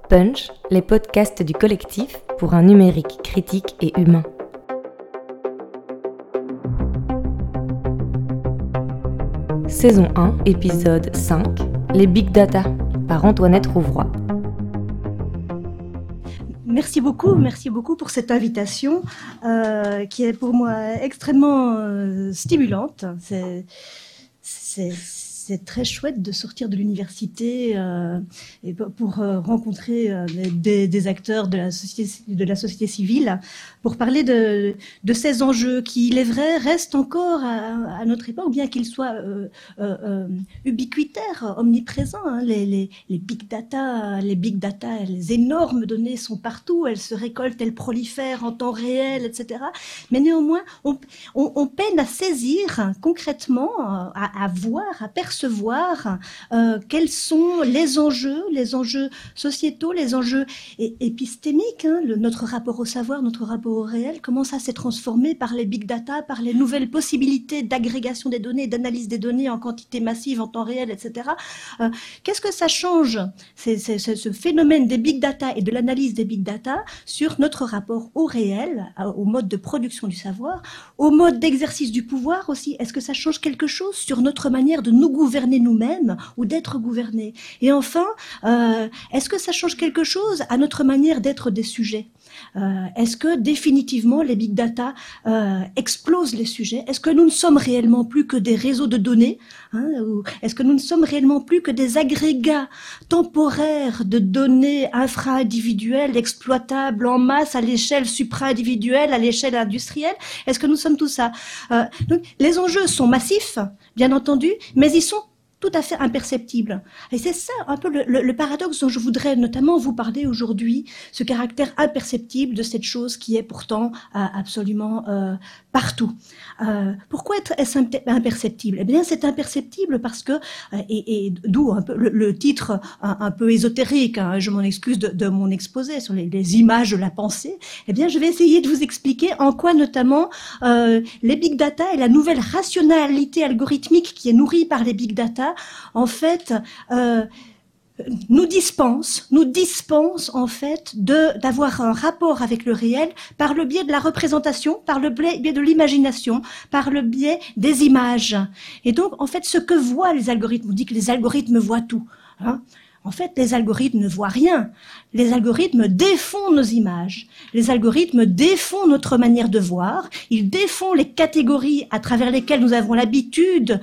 Punch, les podcasts du collectif pour un numérique critique et humain. Saison 1, épisode 5, les Big Data, par Antoinette Rouvroy. Merci beaucoup pour cette invitation qui est pour moi extrêmement stimulante. C'est très chouette de sortir de l'université et pour rencontrer des acteurs de la société civile, pour parler de ces enjeux qui, il est vrai, restent encore à notre époque, bien qu'ils soient ubiquitaires, omniprésents. Hein. Les big data, les énormes données sont partout, elles se récoltent, elles prolifèrent en temps réel, etc. Mais néanmoins, on peine à saisir concrètement, à voir, à percevoir quels sont les enjeux sociétaux, les enjeux épistémiques, hein, notre rapport au savoir, notre rapport au réel, comment ça s'est transformé par les big data, par les nouvelles possibilités d'agrégation des données, d'analyse des données en quantité massive, en temps réel, etc. Qu'est-ce que ça change, ce phénomène des big data et de l'analyse des big data sur notre rapport au réel, au mode de production du savoir, au mode d'exercice du pouvoir aussi? Est-ce que ça change quelque chose sur notre manière de nous gouverner nous-mêmes ou d'être gouvernés? Et enfin, est-ce que ça change quelque chose à notre manière d'être des sujets? Est-ce que définitivement les big data explosent les sujets? Est-ce que nous ne sommes réellement plus que des réseaux de données, hein, ou est-ce que nous ne sommes réellement plus que des agrégats temporaires de données infra-individuelles exploitables en masse à l'échelle supra-individuelle, à l'échelle industrielle? Est-ce que nous sommes tout ça? Donc, les enjeux sont massifs, bien entendu, mais ils sont tout à fait imperceptible. Et c'est ça un peu le paradoxe dont je voudrais notamment vous parler aujourd'hui, ce caractère imperceptible de cette chose qui est pourtant absolument partout. Pourquoi est-ce imperceptible? Eh bien, c'est imperceptible parce que, et d'où un peu le titre un peu ésotérique, hein, je m'en excuse de mon exposé sur les images de la pensée. Eh bien, je vais essayer de vous expliquer en quoi notamment les big data et la nouvelle rationalité algorithmique qui est nourrie par les big data en fait nous dispense en fait d'avoir un rapport avec le réel par le biais de la représentation, par le biais de l'imagination, par le biais des images. Et donc en fait ce que voient les algorithmes, on dit que les algorithmes voient tout, hein. En fait, les algorithmes ne voient rien. Les algorithmes défont nos images. Les algorithmes défont notre manière de voir. Ils défont les catégories à travers lesquelles nous avons l'habitude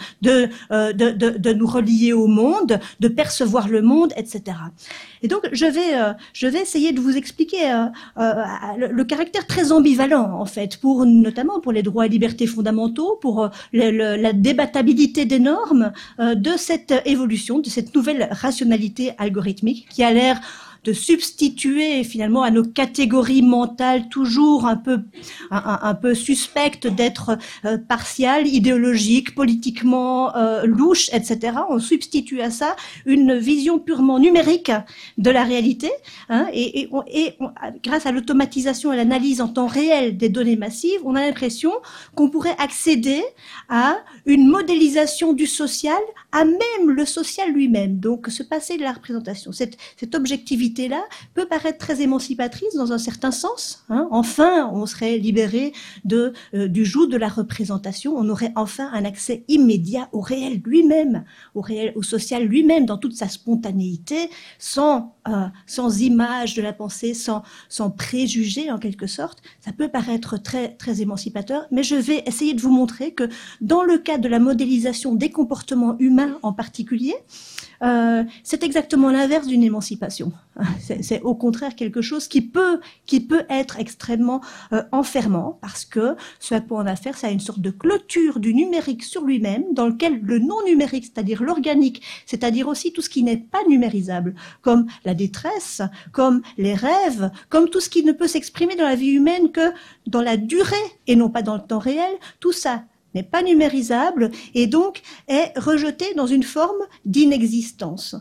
de nous relier au monde, de percevoir le monde, etc. Et donc, je vais essayer de vous expliquer le caractère très ambivalent, en fait, notamment pour les droits et libertés fondamentaux, pour la débattabilité des normes de cette évolution, de cette nouvelle rationalité algorithmique qui a l'air de substituer finalement à nos catégories mentales toujours un peu suspectes d'être partiales, idéologiques, politiquement louches, etc. On substitue à ça une vision purement numérique de la réalité, hein, et grâce à l'automatisation et l'analyse en temps réel des données massives, on a l'impression qu'on pourrait accéder à une modélisation du social, à même le social lui-même. Donc, se passer de la représentation, cette objectivité là peut paraître très émancipatrice dans un certain sens, hein. Enfin, on serait libéré du joug de la représentation, on aurait enfin un accès immédiat au réel lui-même, au social lui-même dans toute sa spontanéité, sans image de la pensée, sans préjugés en quelque sorte. Ça peut paraître très, très émancipateur, mais je vais essayer de vous montrer que dans le cas de la modélisation des comportements humains en particulier, c'est exactement l'inverse d'une émancipation. C'est au contraire quelque chose qui peut être extrêmement enfermant, parce que ce à quoi on a affaire, c'est à une sorte de clôture du numérique sur lui-même, dans lequel le non-numérique, c'est-à-dire l'organique, c'est-à-dire aussi tout ce qui n'est pas numérisable, comme la détresse, comme les rêves, comme tout ce qui ne peut s'exprimer dans la vie humaine que dans la durée et non pas dans le temps réel, tout ça n'est pas numérisable et donc est rejeté dans une forme d'inexistence.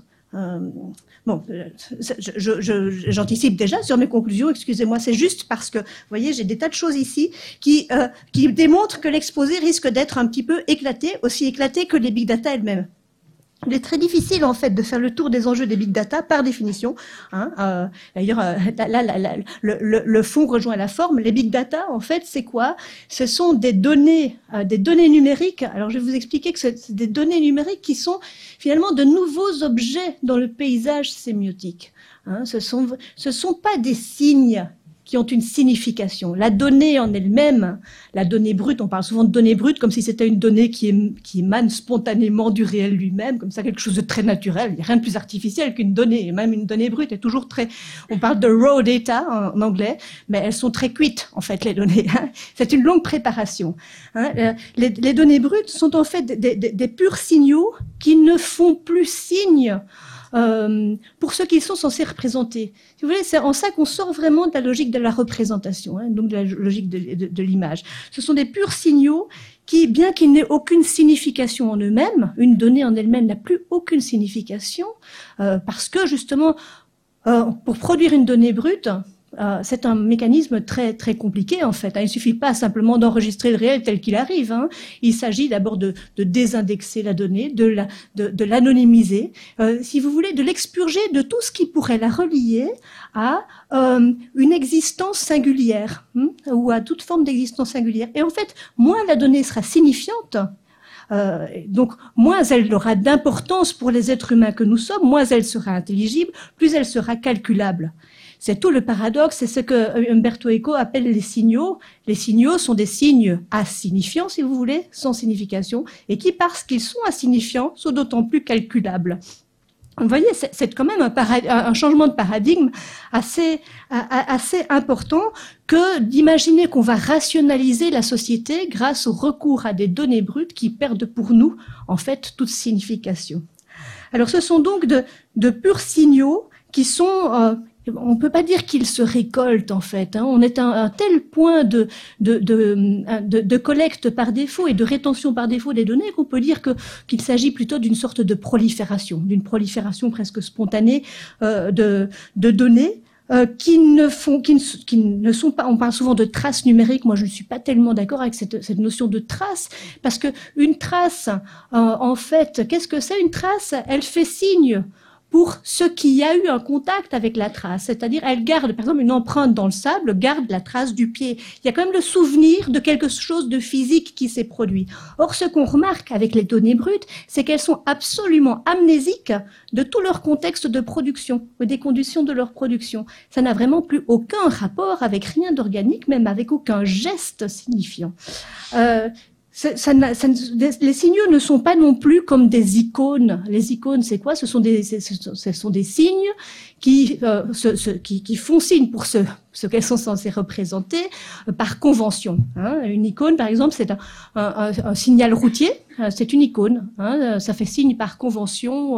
J'anticipe déjà sur mes conclusions, excusez-moi, c'est juste parce que, vous voyez, j'ai des tas de choses ici qui démontrent que l'exposé risque d'être un petit peu éclaté, aussi éclaté que les big data elles-mêmes. Il est très difficile en fait de faire le tour des enjeux des big data par définition. D'ailleurs, le fond rejoint la forme. Les big data, en fait, c'est quoi? Ce sont des données numériques. Alors, je vais vous expliquer que c'est des données numériques qui sont finalement de nouveaux objets dans le paysage sémiotique. Ce sont pas des signes qui ont une signification. La donnée en elle-même, la donnée brute, on parle souvent de donnée brute comme si c'était une donnée qui émane spontanément du réel lui-même, comme ça quelque chose de très naturel. Il n'y a rien de plus artificiel qu'une donnée, et même une donnée brute est toujours très... On parle de raw data en anglais, mais elles sont très cuites, en fait, les données. C'est une longue préparation. Les données brutes sont en fait des purs signaux qui ne font plus signe pour ce qu'ils sont censés représenter. Si vous voulez, c'est en ça qu'on sort vraiment de la logique de la représentation, donc de la logique de l'image. Ce sont des purs signaux qui, bien qu'ils n'aient aucune signification en eux-mêmes, une donnée en elle-même n'a plus aucune signification, parce que justement, pour produire une donnée brute, c'est un mécanisme très très compliqué en fait. Il suffit pas simplement d'enregistrer le réel tel qu'il arrive. Il s'agit d'abord de désindexer la donnée, de l'anonymiser, si vous voulez, de l'expurger de tout ce qui pourrait la relier à une existence singulière ou à toute forme d'existence singulière. Et en fait, moins la donnée sera signifiante, donc moins elle aura d'importance pour les êtres humains que nous sommes, moins elle sera intelligible, plus elle sera calculable. C'est tout le paradoxe, c'est ce que Umberto Eco appelle les signaux. Les signaux sont des signes insignifiants, si vous voulez, sans signification, et qui, parce qu'ils sont insignifiants, sont d'autant plus calculables. Vous voyez, c'est quand même un changement de paradigme assez important que d'imaginer qu'on va rationaliser la société grâce au recours à des données brutes qui perdent pour nous, en fait, toute signification. Alors, ce sont donc de purs signaux qui sont... on peut pas dire qu'ils se récoltent en fait. On est à un tel point de collecte par défaut et de rétention par défaut des données qu'on peut dire qu'il s'agit plutôt d'une sorte de prolifération, d'une prolifération presque spontanée de données. Qui ne sont pas, on parle souvent de traces numériques, moi je ne suis pas tellement d'accord avec cette notion de trace, parce que une trace, en fait, qu'est-ce que c'est une trace? Elle fait signe pour ce qui a eu un contact avec la trace, c'est-à-dire elle garde, par exemple, une empreinte dans le sable garde la trace du pied. Il y a quand même le souvenir de quelque chose de physique qui s'est produit. Or, ce qu'on remarque avec les données brutes, c'est qu'elles sont absolument amnésiques de tout leur contexte de production, ou des conditions de leur production. Ça n'a vraiment plus aucun rapport avec rien d'organique, même avec aucun geste signifiant. Les signaux ne sont pas non plus comme des icônes. Les icônes, c'est quoi? Ce sont des signes qui font signe pour ce qu'elles sont censées représenter par convention. Une icône, par exemple, c'est un signal routier. C'est une icône. Ça fait signe par convention.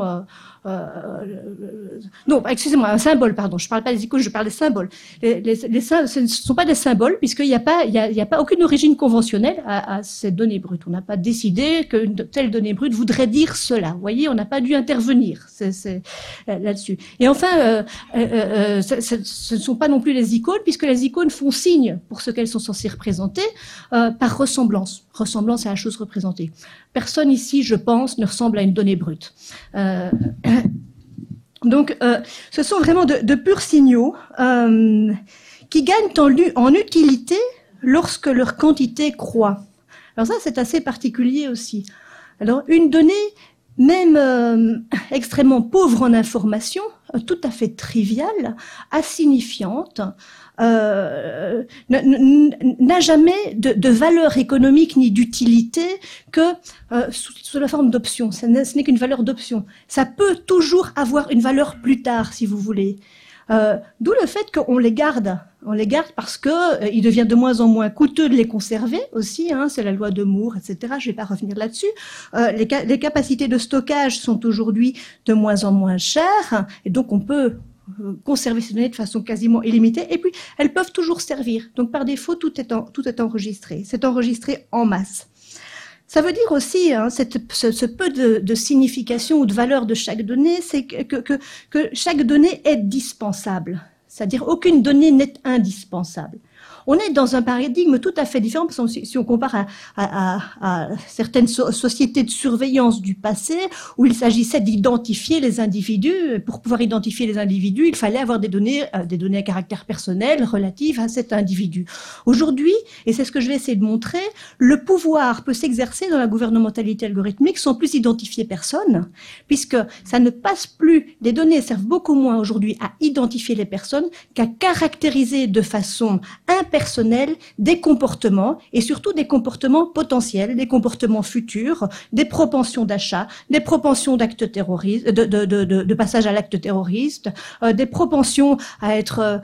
Non, excusez-moi, un symbole, pardon. Je parle pas des icônes, je parle des symboles. Ce ne sont pas des symboles puisqu'il n'y a pas aucune origine conventionnelle à ces données brutes. On n'a pas décidé qu'une telle donnée brute voudrait dire cela. Vous voyez, on n'a pas dû intervenir là-dessus. Et enfin, ce ne sont pas non plus les icônes puisque les icônes font signe pour ce qu'elles sont censées représenter par ressemblance. Ressemblance à la chose représentée. Personne ici, je pense, ne ressemble à une donnée brute. Donc, ce sont vraiment de purs signaux qui gagnent en utilité lorsque leur quantité croît. Alors ça, c'est assez particulier aussi. Alors, une donnée, même extrêmement pauvre en information, tout à fait triviale, insignifiante, n'a jamais de valeur économique ni d'utilité que sous la forme d'option. Ce n'est qu'une valeur d'option. Ça peut toujours avoir une valeur plus tard, si vous voulez. D'où le fait qu'on les garde. On les garde parce que il devient de moins en moins coûteux de les conserver aussi. C'est la loi de Moore, etc. Je ne vais pas revenir là-dessus. Les capacités de stockage sont aujourd'hui de moins en moins chères et donc on peut conserver ces données de façon quasiment illimitée. Et puis elles peuvent toujours servir. Donc par défaut, tout est enregistré. C'est enregistré en masse. Ça veut dire aussi, ce peu de signification ou de valeur de chaque donnée, c'est que chaque donnée est dispensable. C'est-à-dire aucune donnée n'est indispensable. on est dans un paradigme tout à fait différent, parce que si on compare à certaines sociétés de surveillance du passé, où il s'agissait d'identifier les individus. Pour pouvoir identifier les individus, il fallait avoir des données à caractère personnel relatives à cet individu. Aujourd'hui, et c'est ce que je vais essayer de montrer, le pouvoir peut s'exercer dans la gouvernementalité algorithmique sans plus identifier personne, puisque ça ne passe plus, les données servent beaucoup moins aujourd'hui à identifier les personnes qu'à caractériser de façon impersonnelle des comportements, et surtout des comportements potentiels, des comportements futurs, des propensions d'achat, des propensions d'actes terroristes, de passage à l'acte terroriste, des propensions à être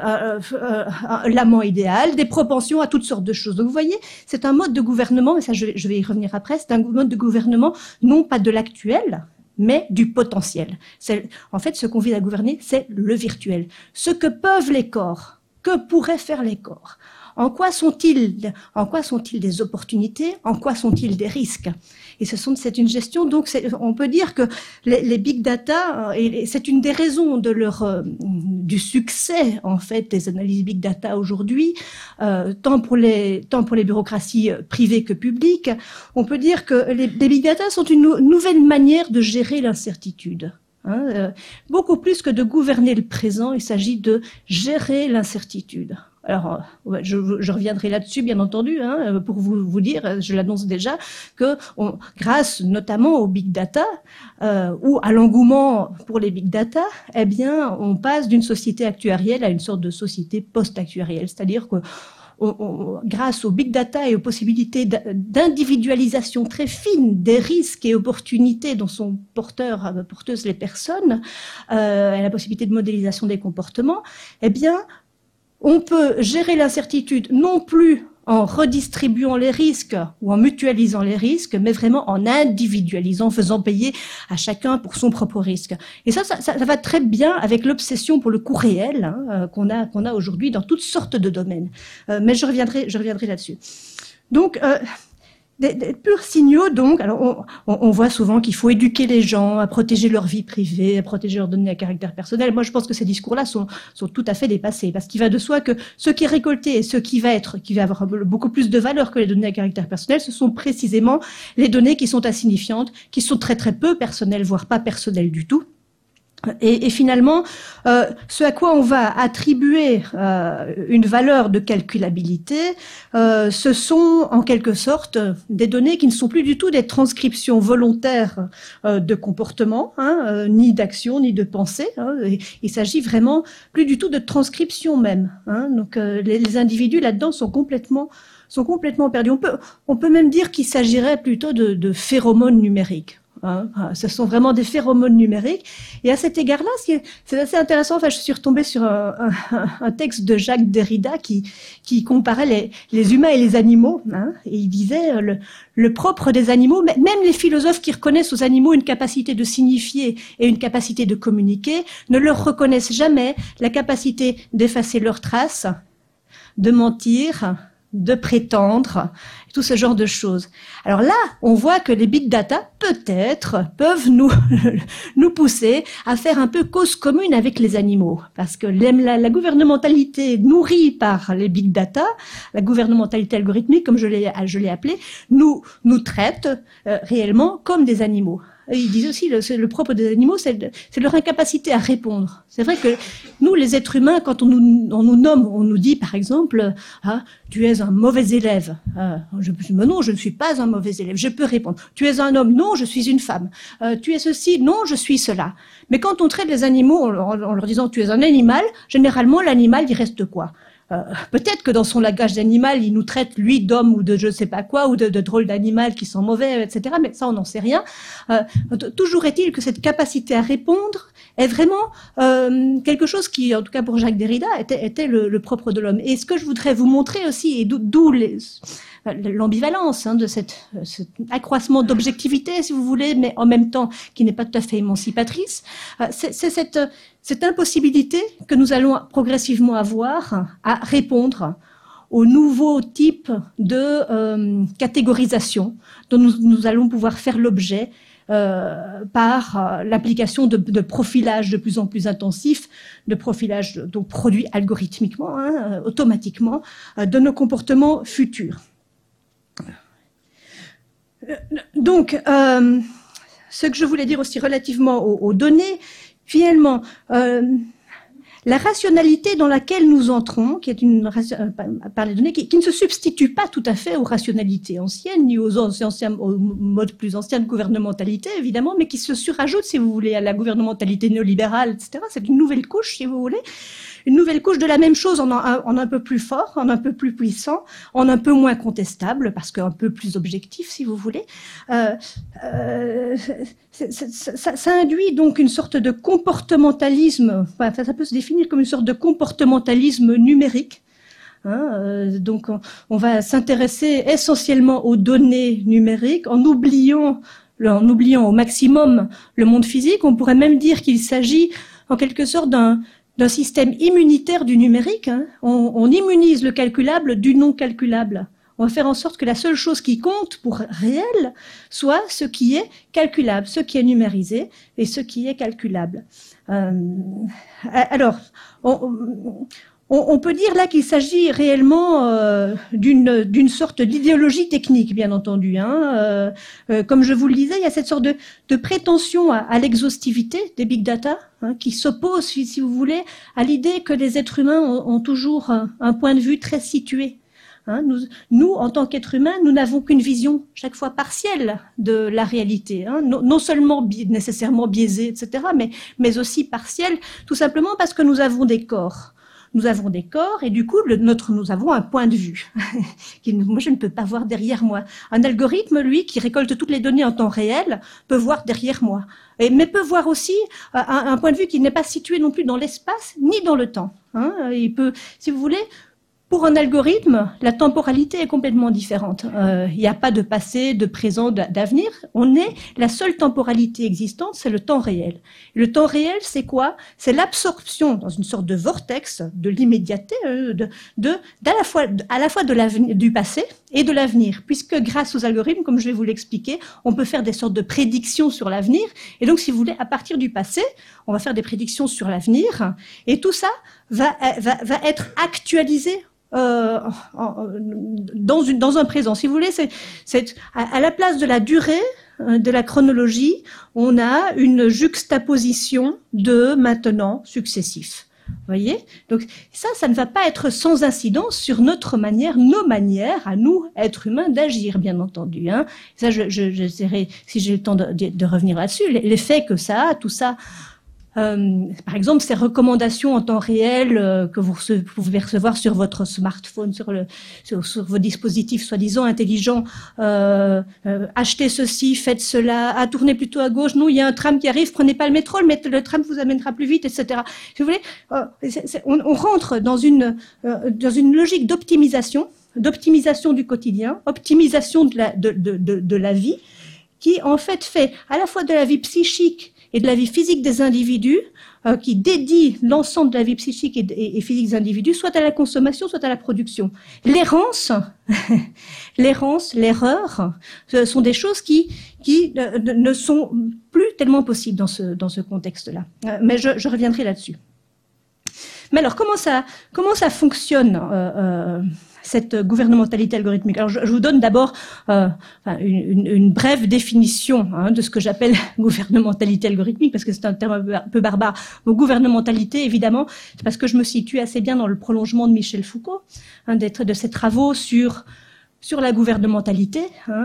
l'amant idéal, des propensions à toutes sortes de choses. Donc vous voyez, c'est un mode de gouvernement, et ça je vais y revenir après, c'est un mode de gouvernement non pas de l'actuel, mais du potentiel. En fait, ce qu'on vise à gouverner, c'est le virtuel. Ce que peuvent les corps, que pourraient faire les corps. En quoi sont-ils des opportunités? En quoi sont-ils des risques? Et c'est une gestion, donc on peut dire que les big data, et c'est une des raisons du succès en fait des analyses big data aujourd'hui, tant pour les bureaucraties privées que publiques. On peut dire que les big data sont une nouvelle manière de gérer l'incertitude. Beaucoup plus que de gouverner le présent, il s'agit de gérer l'incertitude. Alors, je reviendrai là-dessus, bien entendu, pour vous dire, je l'annonce déjà, que grâce notamment aux big data ou à l'engouement pour les big data, eh bien, on passe d'une société actuarielle à une sorte de société post-actuarielle, c'est-à-dire que grâce aux big data et aux possibilités d'individualisation très fine des risques et opportunités dont sont porteuses les personnes, et la possibilité de modélisation des comportements, eh bien, on peut gérer l'incertitude non plus en redistribuant les risques ou en mutualisant les risques, mais vraiment en individualisant, faisant payer à chacun pour son propre risque. Et ça va très bien avec l'obsession pour le coût réel qu'on a aujourd'hui dans toutes sortes de domaines. Mais je reviendrai là-dessus. Donc, des purs signaux, donc. Alors, on voit souvent qu'il faut éduquer les gens à protéger leur vie privée, à protéger leurs données à caractère personnel. Moi, je pense que ces discours-là sont tout à fait dépassés, parce qu'il va de soi que ce qui est récolté et ce qui va avoir beaucoup plus de valeur que les données à caractère personnel, ce sont précisément les données qui sont insignifiantes, qui sont très très peu personnelles, voire pas personnelles du tout. Et finalement, ce à quoi on va attribuer une valeur de calculabilité, ce sont en quelque sorte des données qui ne sont plus du tout des transcriptions volontaires de comportement, ni d'action, ni de pensée. Il s'agit vraiment plus du tout de transcription même. Donc les individus là-dedans sont complètement perdus. On peut même dire qu'il s'agirait plutôt de phéromones numériques. Ce sont vraiment des phéromones numériques. Et à cet égard-là, c'est assez intéressant. Enfin, je suis retombée sur un texte de Jacques Derrida qui comparait les humains et les animaux. Et il disait le propre des animaux, même les philosophes qui reconnaissent aux animaux une capacité de signifier et une capacité de communiquer, ne leur reconnaissent jamais la capacité d'effacer leurs traces, de mentir, de prétendre, tout ce genre de choses. Alors là, on voit que les big data, peut-être, peuvent nous pousser à faire un peu cause commune avec les animaux. Parce que la gouvernementalité nourrie par les big data, la gouvernementalité algorithmique, comme je l'ai appelée, nous traite réellement comme des animaux. Ils disent aussi, le propre des animaux, c'est leur incapacité à répondre. C'est vrai que nous, les êtres humains, quand on nous nomme, on nous dit, par exemple, tu es un mauvais élève. Non, je ne suis pas un mauvais élève. Je peux répondre. Tu es un homme. Non, je suis une femme. Tu es ceci. Non, je suis cela. Mais quand on traite les animaux en leur disant tu es un animal, généralement, l'animal, il reste quoi? Peut-être que dans son langage d'animal, il nous traite, lui, d'homme ou de je ne sais pas quoi, ou de drôle d'animal qui sont mauvais, etc. Mais ça, on n'en sait rien. Toujours est-il que cette capacité à répondre est vraiment quelque chose qui, en tout cas pour Jacques Derrida, était le propre de l'homme. Et ce que je voudrais vous montrer aussi, et d'où l'ambivalence de cet accroissement d'objectivité, si vous voulez, mais en même temps qui n'est pas tout à fait émancipatrice, c'est cette impossibilité que nous allons progressivement avoir à répondre aux nouveaux types de catégorisation dont nous allons pouvoir faire l'objet par l'application de profilage de plus en plus intensif, de profilage donc produit algorithmiquement, automatiquement, de nos comportements futurs. Donc, ce que je voulais dire aussi relativement aux données, finalement, la rationalité dans laquelle nous entrons, qui est par les données, qui ne se substitue pas tout à fait aux rationalités anciennes, ni aux modes plus anciens de gouvernementalité, évidemment, mais qui se surajoute, si vous voulez, à la gouvernementalité néolibérale, etc. C'est une nouvelle couche, si vous voulez. Une nouvelle couche de la même chose en un peu plus fort, en un peu plus puissant, en un peu moins contestable, parce qu'un peu plus objectif, si vous voulez. Ça induit donc une sorte de comportementalisme, enfin, ça peut se définir comme une sorte de comportementalisme numérique. Donc on va s'intéresser essentiellement aux données numériques en oubliant au maximum le monde physique. On pourrait même dire qu'il s'agit en quelque sorte d'un système immunitaire du numérique. On immunise le calculable du non calculable. On va faire en sorte que la seule chose qui compte pour réel soit ce qui est calculable, ce qui est numérisé et ce qui est calculable. Alors, on peut dire là qu'il s'agit réellement d'une sorte d'idéologie technique, bien entendu. Comme je vous le disais, il y a cette sorte de prétention à l'exhaustivité des big data, qui s'oppose, si vous voulez, à l'idée que les êtres humains ont toujours un point de vue très situé. Nous, en tant qu'êtres humains, nous n'avons qu'une vision chaque fois partielle de la réalité, non seulement nécessairement biaisée, etc., mais aussi partielle, tout simplement parce que nous avons des corps. Nous avons des corps et du coup, nous avons un point de vue. Moi, je ne peux pas voir derrière moi. Un algorithme, lui, qui récolte toutes les données en temps réel, peut voir derrière moi. Mais peut voir aussi un point de vue qui n'est pas situé non plus dans l'espace ni dans le temps. Il peut, si vous voulez, pour un algorithme, la temporalité est complètement différente. Il n'y a pas de passé, de présent, d'avenir. La seule temporalité existante, c'est le temps réel. Et le temps réel, c'est quoi? C'est l'absorption dans une sorte de vortex de l'immédiateté, à la fois du passé et de l'avenir. Puisque grâce aux algorithmes, comme je vais vous l'expliquer, on peut faire des sortes de prédictions sur l'avenir. Et donc, si vous voulez, à partir du passé, on va faire des prédictions sur l'avenir. Et tout ça va être actualisé dans un présent. Si vous voulez, c'est à la place de la durée de la chronologie, on a une juxtaposition de maintenant successifs. Vous voyez? Donc ça ne va pas être sans incidence sur nos manières à nous, êtres humains, d'agir, bien entendu. Ça, j'essaierai, si j'ai le temps de revenir là-dessus, l'effet que ça a, tout ça. Par exemple, ces recommandations en temps réel que vous pouvez recevoir sur votre smartphone, sur vos dispositifs soi-disant intelligents, achetez ceci, faites cela, tournez plutôt à gauche, non, il y a un tram qui arrive, prenez pas le métro, le tram vous amènera plus vite, etc. Si vous voulez, on rentre dans une logique d'optimisation du quotidien, optimisation de la vie, qui en fait à la fois de la vie psychique et de la vie physique des individus, qui dédie l'ensemble de la vie psychique et physique des individus, soit à la consommation, soit à la production. L'errance, l'erreur, ce sont des choses qui ne sont plus tellement possibles dans ce contexte-là. Mais je reviendrai là-dessus. Mais alors, comment ça fonctionne cette gouvernementalité algorithmique? Alors, je vous donne d'abord une brève définition de ce que j'appelle gouvernementalité algorithmique, parce que c'est un terme un peu barbare. Donc, gouvernementalité, évidemment, c'est parce que je me situe assez bien dans le prolongement de Michel Foucault, de ses travaux sur la gouvernementalité.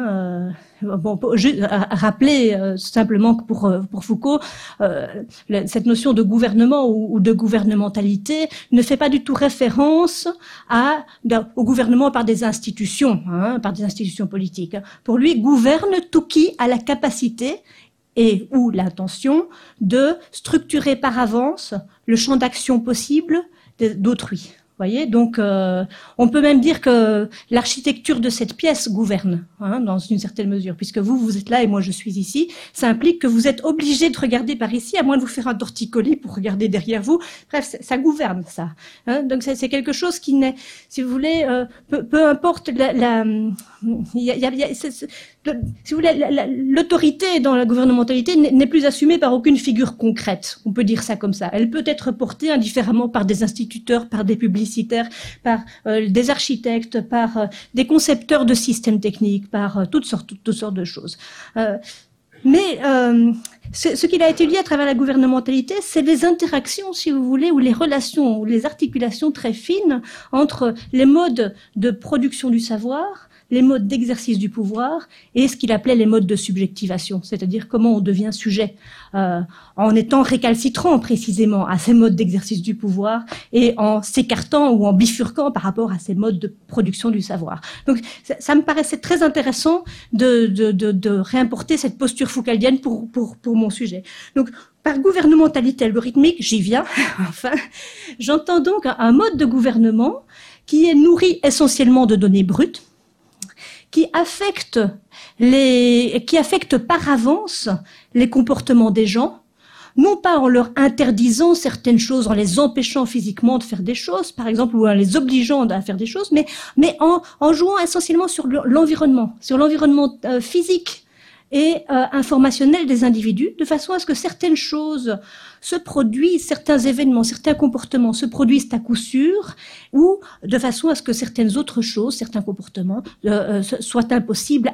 Rappeler simplement que pour Foucault, cette notion de gouvernement ou de gouvernementalité ne fait pas du tout référence au gouvernement par des institutions politiques. Pour lui, gouverne tout qui a la capacité et ou l'intention de structurer par avance le champ d'action possible d'autrui. Voyez, donc on peut même dire que l'architecture de cette pièce gouverne, dans une certaine mesure, puisque vous êtes là et moi je suis ici. Ça implique que vous êtes obligé de regarder par ici, à moins de vous faire un torticolis pour regarder derrière vous. Bref, ça gouverne ça. Donc c'est quelque chose qui n'est, si vous voulez, peu importe si vous voulez, l'autorité dans la gouvernementalité n'est plus assumée par aucune figure concrète. On peut dire ça comme ça. Elle peut être portée indifféremment par des instituteurs, par des publicitaires, par des architectes, par des concepteurs de systèmes techniques, par toutes sortes de choses. Mais ce qu'il a étudié à travers la gouvernementalité, c'est les interactions, si vous voulez, ou les relations, ou les articulations très fines entre les modes de production du savoir, les modes d'exercice du pouvoir et ce qu'il appelait les modes de subjectivation, c'est-à-dire comment on devient sujet en étant récalcitrant précisément à ces modes d'exercice du pouvoir et en s'écartant ou en bifurquant par rapport à ces modes de production du savoir. Donc ça me paraissait très intéressant de réimporter cette posture foucaldienne pour mon sujet. Donc par gouvernementalité algorithmique, j'y viens, enfin, j'entends donc un mode de gouvernement qui est nourri essentiellement de données brutes, qui affecte par avance les comportements des gens, non pas en leur interdisant certaines choses, en les empêchant physiquement de faire des choses, par exemple, ou en les obligeant à faire des choses, mais en jouant essentiellement sur l'environnement, physique et informationnel des individus, de façon à ce que certaines choses se produisent, certains événements, certains comportements se produisent à coup sûr, ou de façon à ce que certaines autres choses, certains comportements soient impossibles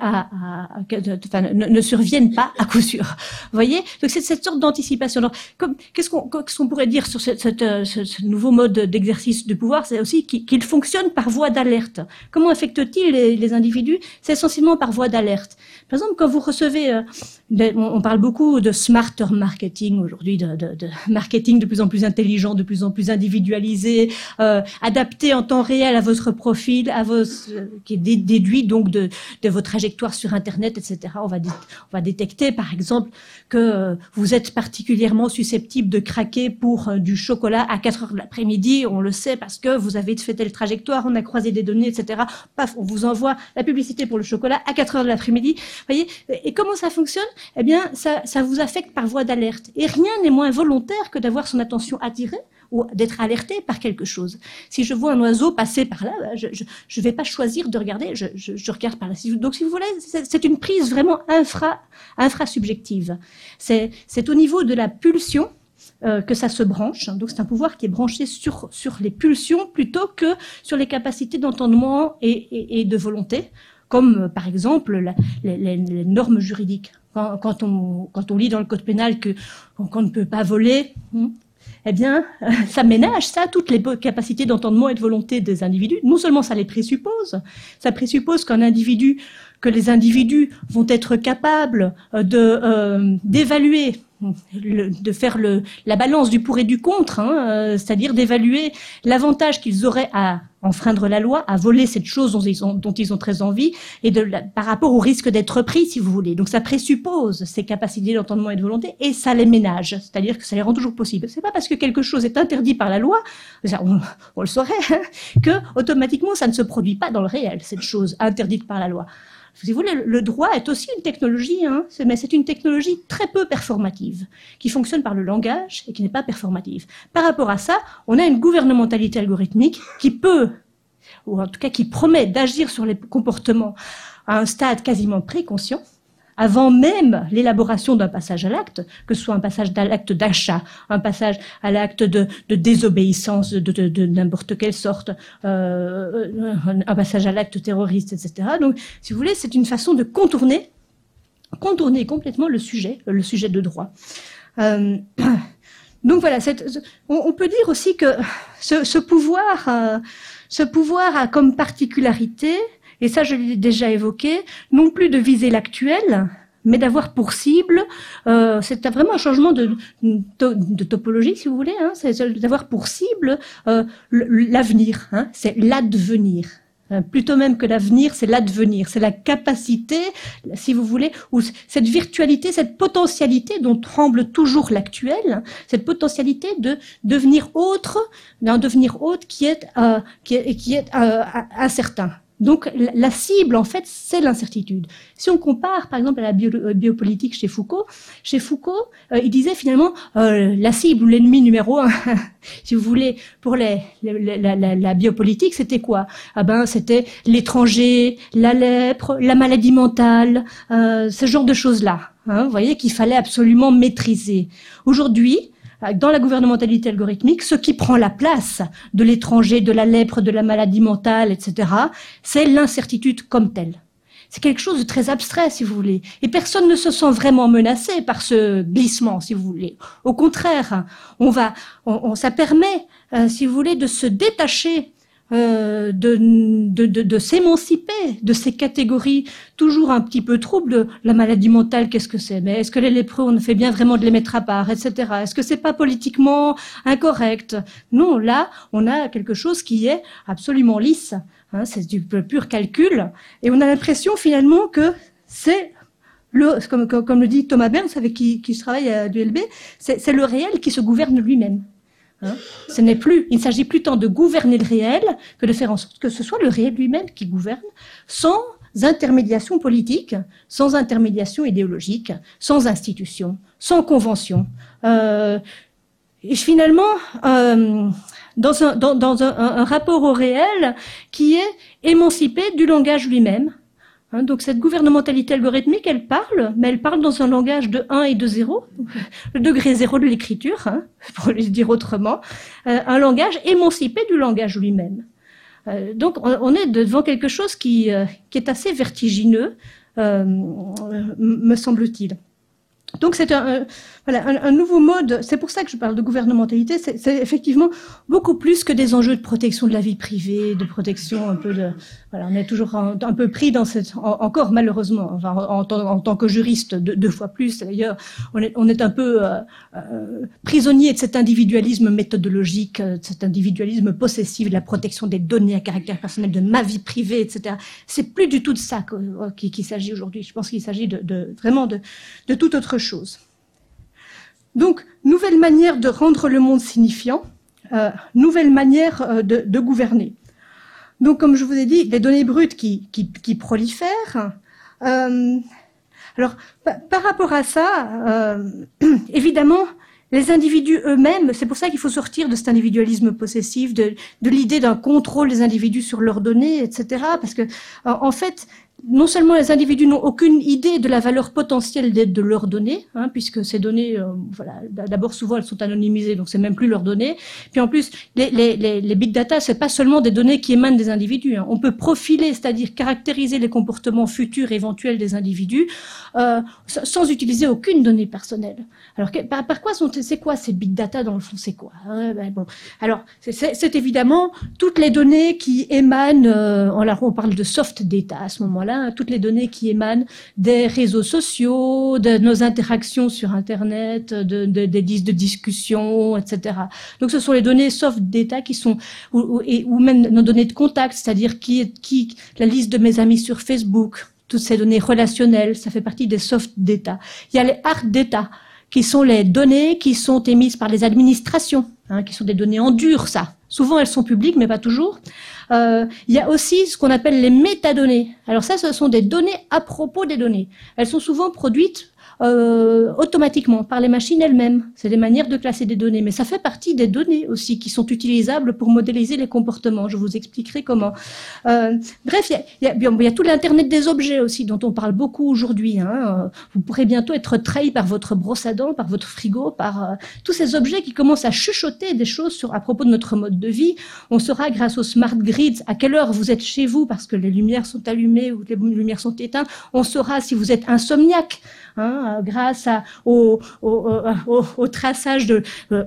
ne surviennent pas à coup sûr. Vous voyez? Donc c'est cette sorte d'anticipation. Qu'est-ce qu'on pourrait dire sur ce nouveau mode d'exercice du pouvoir? C'est aussi qu'il fonctionne par voie d'alerte. Comment affecte-t-il les individus? C'est essentiellement par voie d'alerte. Par exemple, quand vous recevez, on parle beaucoup de smarter marketing aujourd'hui, de marketing de plus en plus intelligent, de plus en plus individualisé, adapté en temps réel à votre profil, qui est déduit donc de vos trajectoires sur Internet, etc. On va détecter, par exemple, que vous êtes particulièrement susceptible de craquer pour du chocolat à 4 heures de l'après-midi. On le sait parce que vous avez fait telle trajectoire, on a croisé des données, etc. Paf, on vous envoie la publicité pour le chocolat à 4 heures de l'après-midi. Vous voyez? Et comment ça fonctionne? Eh bien, ça vous affecte par voie d'alerte. Et rien n'est moins volontaire que d'avoir son attention attirée ou d'être alerté par quelque chose. Si je vois un oiseau passer par là, je vais pas choisir de regarder, je regarde par là. Donc, si vous voulez, c'est une prise vraiment infrasubjective. C'est au niveau de la pulsion que ça se branche. Donc, c'est un pouvoir qui est branché sur les pulsions plutôt que sur les capacités d'entendement et de volonté, comme par exemple les normes juridiques. Quand on lit dans le code pénal qu'on ne peut pas voler, eh bien, ça ménage toutes les capacités d'entendement et de volonté des individus. Non seulement ça les présuppose, ça présuppose que les individus vont être capables d'évaluer, de faire la balance du pour et du contre, c'est-à-dire d'évaluer l'avantage qu'ils auraient à enfreindre la loi, à voler cette chose dont ils ont très envie, et par rapport au risque d'être pris, si vous voulez. Donc ça présuppose ces capacités d'entendement et de volonté, et ça les ménage, c'est-à-dire que ça les rend toujours possibles. C'est pas parce que quelque chose est interdit par la loi, on le saurait, que automatiquement ça ne se produit pas dans le réel, cette chose interdite par la loi. Si vous voulez, le droit est aussi une technologie, mais c'est une technologie très peu performative, qui fonctionne par le langage et qui n'est pas performative. Par rapport à ça, on a une gouvernementalité algorithmique qui peut, ou en tout cas qui promet d'agir sur les comportements à un stade quasiment préconscient, avant même l'élaboration d'un passage à l'acte, que ce soit un passage à l'acte d'achat, un passage à l'acte de désobéissance de n'importe quelle sorte, un passage à l'acte terroriste, etc. Donc, si vous voulez, c'est une façon de contourner complètement le sujet de droit. Donc voilà, on peut dire aussi que ce pouvoir a comme particularité, et ça je l'ai déjà évoqué, non plus de viser l'actuel, mais d'avoir pour cible, c'est vraiment un changement de topologie, si vous voulez, c'est d'avoir pour cible l'avenir, c'est l'advenir. plutôt même que l'avenir, c'est l'advenir, c'est la capacité, si vous voulez, ou cette virtualité, cette potentialité dont tremble toujours l'actuel, cette potentialité de devenir autre, d'un devenir autre qui est incertain. Donc la cible, en fait, c'est l'incertitude. Si on compare, par exemple, à la biopolitique chez Foucault, il disait finalement la cible ou l'ennemi numéro un, si vous voulez, pour la biopolitique, c'était quoi? C'était l'étranger, la lèpre, la maladie mentale, ce genre de choses-là. Vous voyez qu'il fallait absolument maîtriser. Aujourd'hui, dans la gouvernementalité algorithmique, ce qui prend la place de l'étranger, de la lèpre, de la maladie mentale, etc., c'est l'incertitude comme telle. C'est quelque chose de très abstrait, si vous voulez. Et personne ne se sent vraiment menacé par ce glissement, si vous voulez. Au contraire, ça permet, si vous voulez, de se détacher de s'émanciper de ces catégories toujours un petit peu troubles de la maladie mentale, qu'est-ce que c'est? Mais est-ce que les lépreux, on fait bien vraiment de les mettre à part, etc. Est-ce que c'est pas politiquement incorrect? Non, là, on a quelque chose qui est absolument lisse. C'est du pur calcul. Et on a l'impression finalement que c'est comme le dit Thomas Berns, avec qui je travaille à l'ULB, c'est le réel qui se gouverne lui-même. Il ne s'agit plus tant de gouverner le réel que de faire en sorte que ce soit le réel lui-même qui gouverne, sans intermédiation politique, sans intermédiation idéologique, sans institution, sans convention. Et finalement, dans un rapport au réel qui est émancipé du langage lui-même. Donc cette gouvernementalité algorithmique, elle parle, mais elle parle dans un langage de 1 et de 0, le degré 0 de l'écriture, pour le dire autrement, un langage émancipé du langage lui-même. Donc on est devant quelque chose qui est assez vertigineux, me semble-t-il. Donc c'est un nouveau mode. C'est pour ça que je parle de gouvernementalité. C'est effectivement beaucoup plus que des enjeux de protection de la vie privée, de protection un peu de. Voilà, on est toujours un peu pris dans cette. Encore malheureusement, enfin, en tant que juriste, deux fois plus d'ailleurs, on est un peu prisonnier de cet individualisme méthodologique, de cet individualisme possessif, de la protection des données à caractère personnel, de ma vie privée, etc. C'est plus du tout de ça qu'il s'agit aujourd'hui. Je pense qu'il s'agit vraiment de toute autre chose. Donc, nouvelle manière de rendre le monde signifiant, nouvelle manière de gouverner. Donc, comme je vous ai dit, les données brutes qui prolifèrent. Alors, par rapport à ça, évidemment, les individus eux-mêmes, c'est pour ça qu'il faut sortir de cet individualisme possessif, de l'idée d'un contrôle des individus sur leurs données, etc. Parce que, en fait, non seulement les individus n'ont aucune idée de la valeur potentielle de leurs données, puisque ces données, d'abord souvent elles sont anonymisées, donc c'est même plus leurs données. Puis en plus, les big data, c'est pas seulement des données qui émanent des individus. On peut profiler, c'est-à-dire caractériser les comportements futurs éventuels des individus sans utiliser aucune donnée personnelle. Alors par quoi c'est quoi ces big data dans le fond? C'est quoi? Alors c'est évidemment toutes les données qui émanent. On parle de soft data à ce moment-là. Toutes les données qui émanent des réseaux sociaux, de nos interactions sur Internet, des listes de discussion, etc. Donc, ce sont les données soft data qui sont, ou même nos données de contact, c'est-à-dire la liste de mes amis sur Facebook, toutes ces données relationnelles, ça fait partie des soft data. Il y a les hard data, qui sont les données qui sont émises par les administrations, qui sont des données en dur, ça. Souvent, elles sont publiques, mais pas toujours. Il y a aussi ce qu'on appelle les métadonnées. Alors ça, ce sont des données à propos des données. Elles sont souvent produites automatiquement par les machines elles-mêmes. C'est des manières de classer des données, mais ça fait partie des données aussi qui sont utilisables pour modéliser les comportements. Je vous expliquerai comment. Bref, il y a tout l'Internet des objets aussi dont on parle beaucoup aujourd'hui. Vous pourrez bientôt être trahi par votre brosse à dents, par votre frigo, par tous ces objets qui commencent à chuchoter des choses à propos de notre mode de vie. On saura grâce aux smart grids à quelle heure vous êtes chez vous parce que les lumières sont allumées ou les lumières sont éteintes. On saura si vous êtes insomniaque. Grâce au traçage de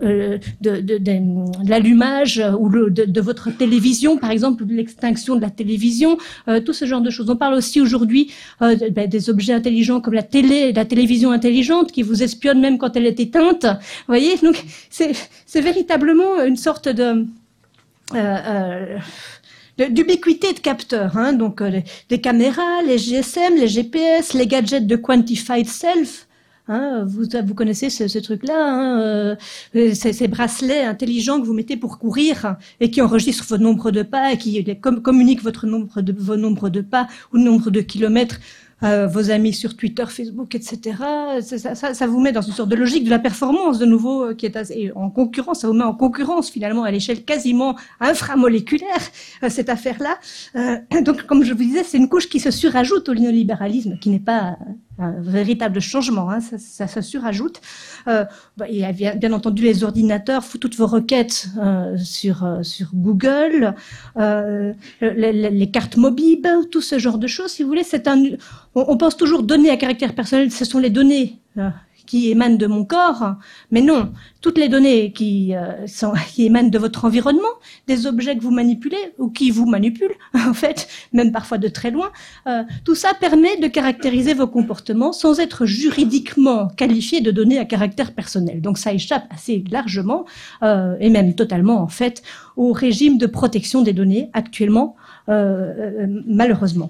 l'allumage ou de votre télévision, par exemple, de l'extinction de la télévision, tout ce genre de choses. On parle aussi aujourd'hui des objets intelligents comme la télévision intelligente qui vous espionne même quand elle est éteinte. Vous voyez, donc c'est véritablement une sorte de d'ubiquité de capteurs, hein, donc des caméras, les GSM, les GPS, les gadgets de quantified self. Hein, vous connaissez ce truc-là, hein, ces bracelets intelligents que vous mettez pour courir et qui enregistrent votre nombre de pas et qui communiquent vos nombres de pas ou le nombre de kilomètres vos amis sur Twitter, Facebook, etc. Ça vous met dans une sorte de logique de la performance, de nouveau, qui est assez, en concurrence. Ça vous met en concurrence, finalement, à l'échelle quasiment inframoléculaire, cette affaire-là. Donc, comme je vous disais, c'est une couche qui se surajoute au néolibéralisme, qui n'est pas un véritable changement, hein, ça se surajoute. Il y a bien entendu les ordinateurs, toutes vos requêtes sur Google, les cartes mobiles, tout ce genre de choses. Si vous voulez, on pense toujours données à caractère personnel, ce sont les données qui émanent de mon corps, mais non, toutes les données qui émanent de votre environnement, des objets que vous manipulez ou qui vous manipulent, en fait, même parfois de très loin, tout ça permet de caractériser vos comportements sans être juridiquement qualifié de données à caractère personnel. Donc ça échappe assez largement, et même totalement, en fait, au régime de protection des données actuellement, malheureusement.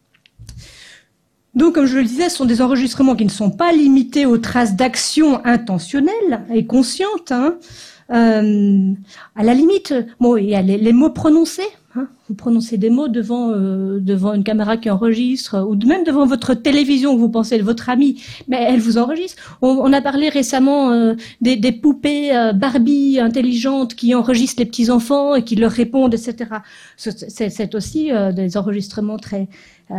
Donc, comme je le disais, ce sont des enregistrements qui ne sont pas limités aux traces d'action intentionnelles et conscientes. Hein. À la limite, bon, il y a les mots prononcés. Hein. Vous prononcez des mots devant une caméra qui enregistre, ou même devant votre télévision que vous pensez de votre ami, mais elle vous enregistre. On a parlé récemment des poupées Barbie intelligentes qui enregistrent les petits enfants et qui leur répondent, etc. C'est aussi des enregistrements très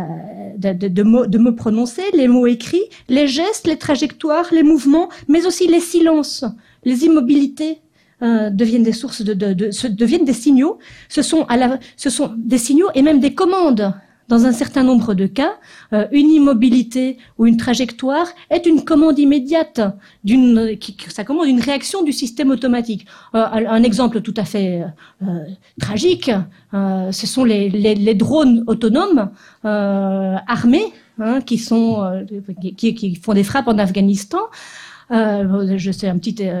de mots prononcés, les mots écrits, les gestes, les trajectoires, les mouvements, mais aussi les silences, les immobilités. Deviennent des sources deviennent des signaux. Ce sont des signaux et même des commandes. Dans un certain nombre de cas, une immobilité ou une trajectoire est une commande immédiate ça commande une réaction du système automatique. Un exemple tout à fait tragique, ce sont les drones autonomes armés, hein, qui font des frappes en Afghanistan. Je sais un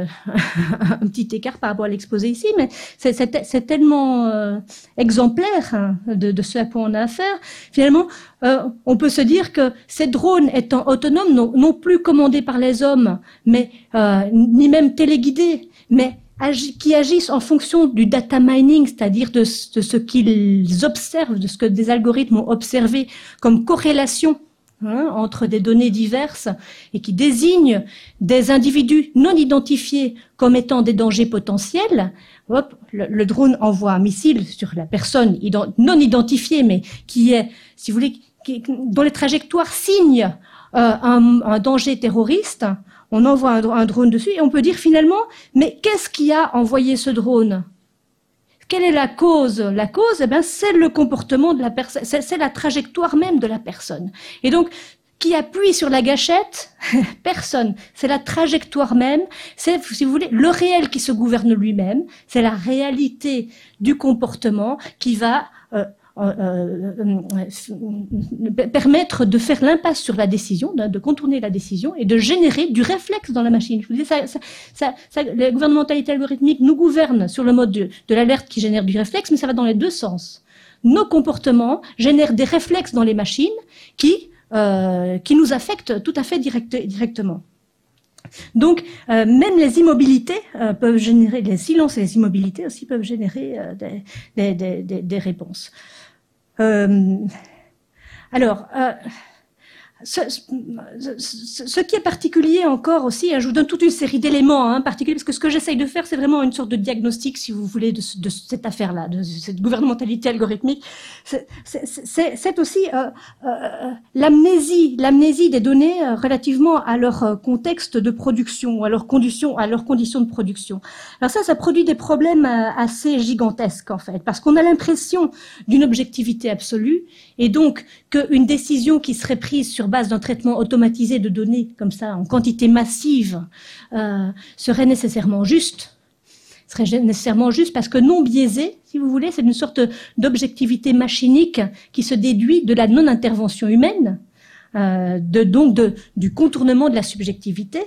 petit écart par rapport à l'exposé ici, mais c'est tellement exemplaire, hein, de ce à quoi on a affaire. Finalement, on peut se dire que ces drones étant autonomes, non plus commandés par les hommes, mais ni même téléguidés, mais qui agissent en fonction du data mining, c'est-à-dire de ce qu'ils observent, de ce que des algorithmes ont observé comme corrélation, hein, entre des données diverses et qui désignent des individus non identifiés comme étant des dangers potentiels. Hop, le drone envoie un missile sur la personne non identifiée, mais qui est, si vous voulez, dont les trajectoires signent un danger terroriste. On envoie un drone dessus et on peut dire finalement, mais qu'est-ce qui a envoyé ce drone ? Quelle est la cause ? La cause, c'est le comportement de la personne, c'est la trajectoire même de la personne. Et donc, qui appuie sur la gâchette ? Personne. C'est la trajectoire même, c'est, si vous voulez, le réel qui se gouverne lui-même, c'est la réalité du comportement qui va permettre de faire l'impasse sur la décision, de contourner la décision et de générer du réflexe dans la machine. Je vous dis, les gouvernementalités algorithmiques nous gouvernent sur le mode de l'alerte qui génère du réflexe, mais ça va dans les deux sens. Nos comportements génèrent des réflexes dans les machines qui nous affectent tout à fait directement. Donc, même les immobilités peuvent générer, les silences et les immobilités aussi peuvent générer des réponses. Ce qui est particulier encore aussi, je vous donne toute une série d'éléments particuliers, parce que ce que j'essaye de faire, c'est vraiment une sorte de diagnostic, si vous voulez, de cette affaire-là, de cette gouvernementalité algorithmique. C'est aussi l'amnésie des données relativement à leur contexte de production, à leurs conditions de production. Alors ça produit des problèmes assez gigantesques, en fait, parce qu'on a l'impression d'une objectivité absolue, et donc qu'une décision qui serait prise sur base d'un traitement automatisé de données, comme ça, en quantité massive, serait nécessairement juste. Parce que non biaisée, si vous voulez, c'est une sorte d'objectivité machinique qui se déduit de la non-intervention humaine, du contournement de la subjectivité,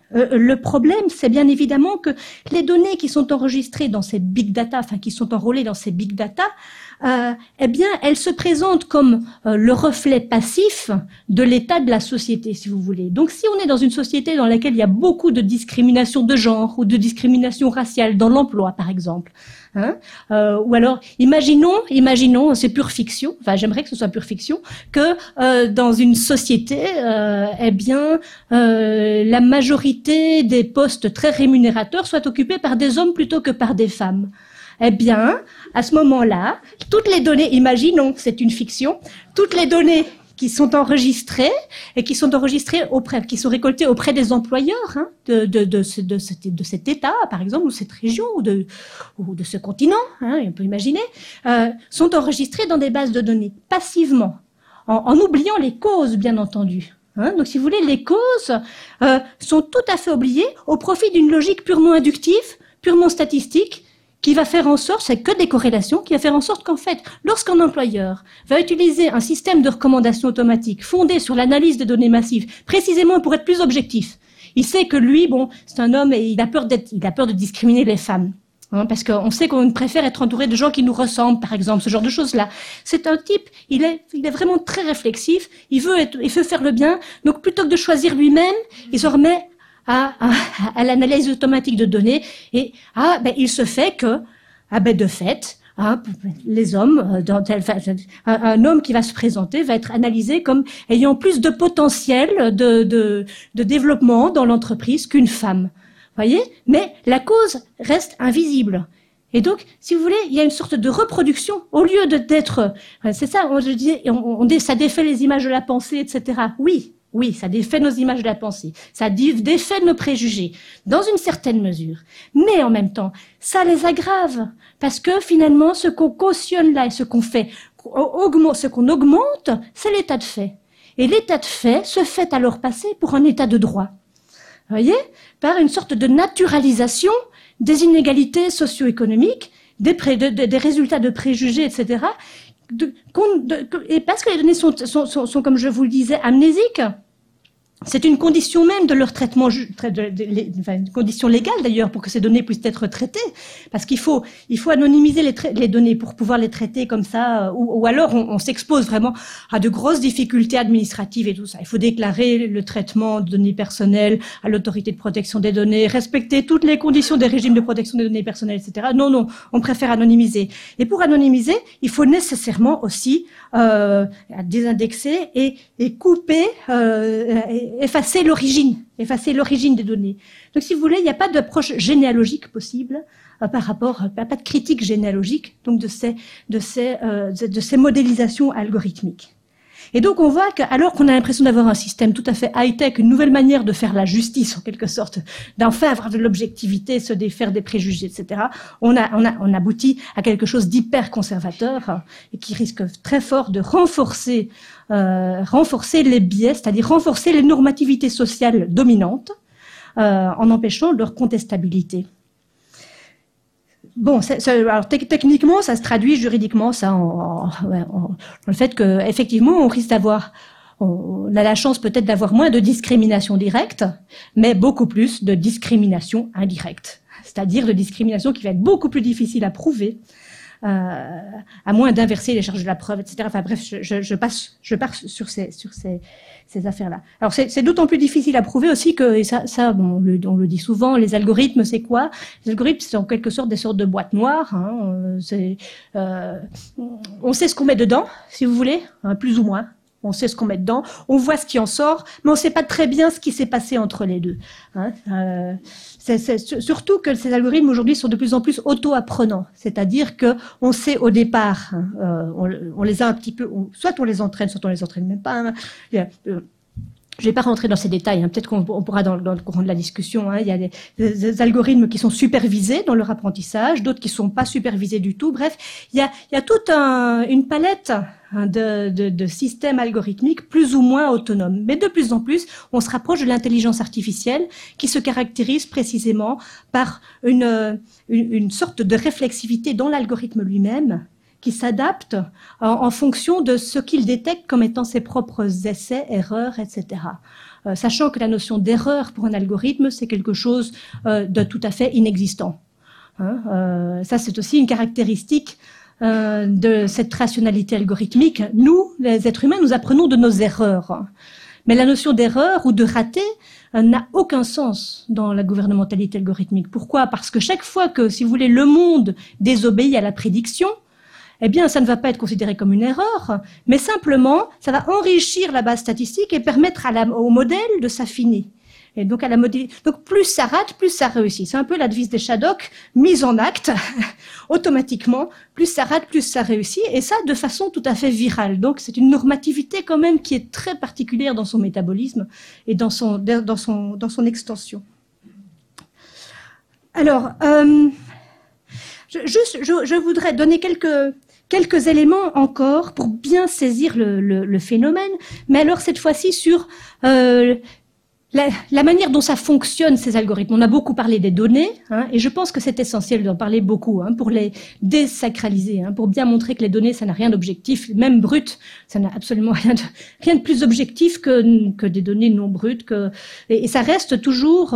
Le problème, c'est bien évidemment que les données qui sont enregistrées dans ces big data, enfin qui sont enrôlées dans ces big data, eh bien, elles se présentent comme le reflet passif de l'état de la société, si vous voulez. Donc, si on est dans une société dans laquelle il y a beaucoup de discrimination de genre ou de discrimination raciale dans l'emploi, par exemple, ou alors, imaginons, c'est pure fiction. Enfin, j'aimerais que ce soit pure fiction, que dans une société, eh bien, la majorité des postes très rémunérateurs soient occupés par des hommes plutôt que par des femmes. Eh bien, à ce moment-là, toutes les données, imaginons, c'est une fiction, toutes les données qui sont enregistrées et qui sont récoltées auprès des employeurs de cet État, par exemple, ou cette région, ou de ce continent, on peut imaginer, sont enregistrées dans des bases de données passivement, en oubliant les causes, bien entendu. Donc, si vous voulez, les causes sont tout à fait oubliées au profit d'une logique purement inductive, purement statistique, qui va faire en sorte, c'est que des corrélations, qui va faire en sorte qu'en fait, lorsqu'un employeur va utiliser un système de recommandation automatique fondé sur l'analyse des données massives, précisément pour être plus objectif, il sait que lui, c'est un homme et il a peur de discriminer les femmes. Parce qu'on sait qu'on préfère être entouré de gens qui nous ressemblent, par exemple, ce genre de choses-là. C'est un type, il est vraiment très réflexif, il veut faire le bien, donc plutôt que de choisir lui-même, il se remet à l'analyse automatique de données et il se fait que de fait les hommes un homme qui va se présenter va être analysé comme ayant plus de potentiel de développement dans l'entreprise qu'une femme, voyez, mais la cause reste invisible. Et donc, si vous voulez, il y a une sorte de reproduction au lieu d'être, c'est ça, je disais, ça défait les images de la pensée, etc. Oui, ça défait nos images de la pensée, ça défait nos préjugés, dans une certaine mesure. Mais en même temps, ça les aggrave, parce que finalement, ce qu'on cautionne là et ce qu'on augmente, c'est l'état de fait. Et l'état de fait se fait alors passer pour un état de droit. Vous voyez, par une sorte de naturalisation des inégalités socio-économiques, des résultats de préjugés, etc., et parce que les données sont, comme je vous le disais, amnésiques, c'est une condition même de leur traitement, une condition légale d'ailleurs pour que ces données puissent être traitées, parce qu'il faut anonymiser les données pour pouvoir les traiter comme ça, ou alors on s'expose vraiment à de grosses difficultés administratives et tout ça. Il faut déclarer le traitement de données personnelles à l'autorité de protection des données, respecter toutes les conditions des régimes de protection des données personnelles, etc. Non, on préfère anonymiser. Et pour anonymiser, il faut nécessairement aussi désindexer et couper, effacer l'origine des données. Donc, si vous voulez, il n'y a pas d'approche généalogique possible par rapport, pas de critique généalogique, donc de ces modélisations algorithmiques. Et donc, on voit qu'alors qu'on a l'impression d'avoir un système tout à fait high-tech, une nouvelle manière de faire la justice, en quelque sorte, d'enfin avoir de l'objectivité, se défaire des préjugés, etc., on aboutit à quelque chose d'hyper conservateur et qui risque très fort de renforcer les biais, c'est-à-dire renforcer les normativités sociales dominantes, en empêchant leur contestabilité. Bon, alors techniquement, ça se traduit juridiquement, ça, dans le fait que, effectivement, on a la chance peut-être d'avoir moins de discrimination directe, mais beaucoup plus de discrimination indirecte. C'est-à-dire de discrimination qui va être beaucoup plus difficile à prouver, à moins d'inverser les charges de la preuve, etc. Enfin bref, je passe sur ces affaires-là. Alors c'est d'autant plus difficile à prouver aussi que, et ça on le dit souvent, les algorithmes, c'est quoi? Les algorithmes, c'est en quelque sorte des sortes de boîtes noires. On sait ce qu'on met dedans, si vous voulez, plus ou moins. On sait ce qu'on met dedans, on voit ce qui en sort, mais on ne sait pas très bien ce qui s'est passé entre les deux. C'est surtout que ces algorithmes aujourd'hui sont de plus en plus auto-apprenants, c'est-à-dire que on sait au départ, on les a un petit peu, soit on les entraîne, soit on les entraîne même pas. Je vais pas rentrer dans ces détails, peut-être qu'on pourra dans le courant de la discussion. Il y a des algorithmes qui sont supervisés dans leur apprentissage, d'autres qui sont pas supervisés du tout. Bref, il y a toute une palette de systèmes algorithmiques plus ou moins autonomes. Mais de plus en plus, on se rapproche de l'intelligence artificielle qui se caractérise précisément par une sorte de réflexivité dans l'algorithme lui-même qui s'adapte en fonction de ce qu'il détecte comme étant ses propres essais, erreurs, etc. Sachant que la notion d'erreur pour un algorithme, c'est quelque chose de tout à fait inexistant. Ça, c'est aussi une caractéristique de cette rationalité algorithmique. Nous, les êtres humains, nous apprenons de nos erreurs. Mais la notion d'erreur ou de raté n'a aucun sens dans la gouvernementalité algorithmique. Pourquoi ? Parce que chaque fois que, si vous voulez, le monde désobéit à la prédiction, eh bien, ça ne va pas être considéré comme une erreur, mais simplement, ça va enrichir la base statistique et permettre au modèle de s'affiner. Et donc, donc, plus ça rate, plus ça réussit. C'est un peu la devise des Shadocks mise en acte, automatiquement. Plus ça rate, plus ça réussit. Et ça, de façon tout à fait virale. Donc, c'est une normativité quand même qui est très particulière dans son métabolisme et dans son extension. Alors, je voudrais donner quelques éléments encore pour bien saisir le phénomène, mais alors cette fois-ci sur la manière dont ça fonctionne, ces algorithmes. On a beaucoup parlé des données, et je pense que c'est essentiel d'en parler beaucoup, pour les désacraliser, pour bien montrer que les données, ça n'a rien d'objectif, même brut, ça n'a absolument rien de plus objectif que des données non brutes, et ça reste toujours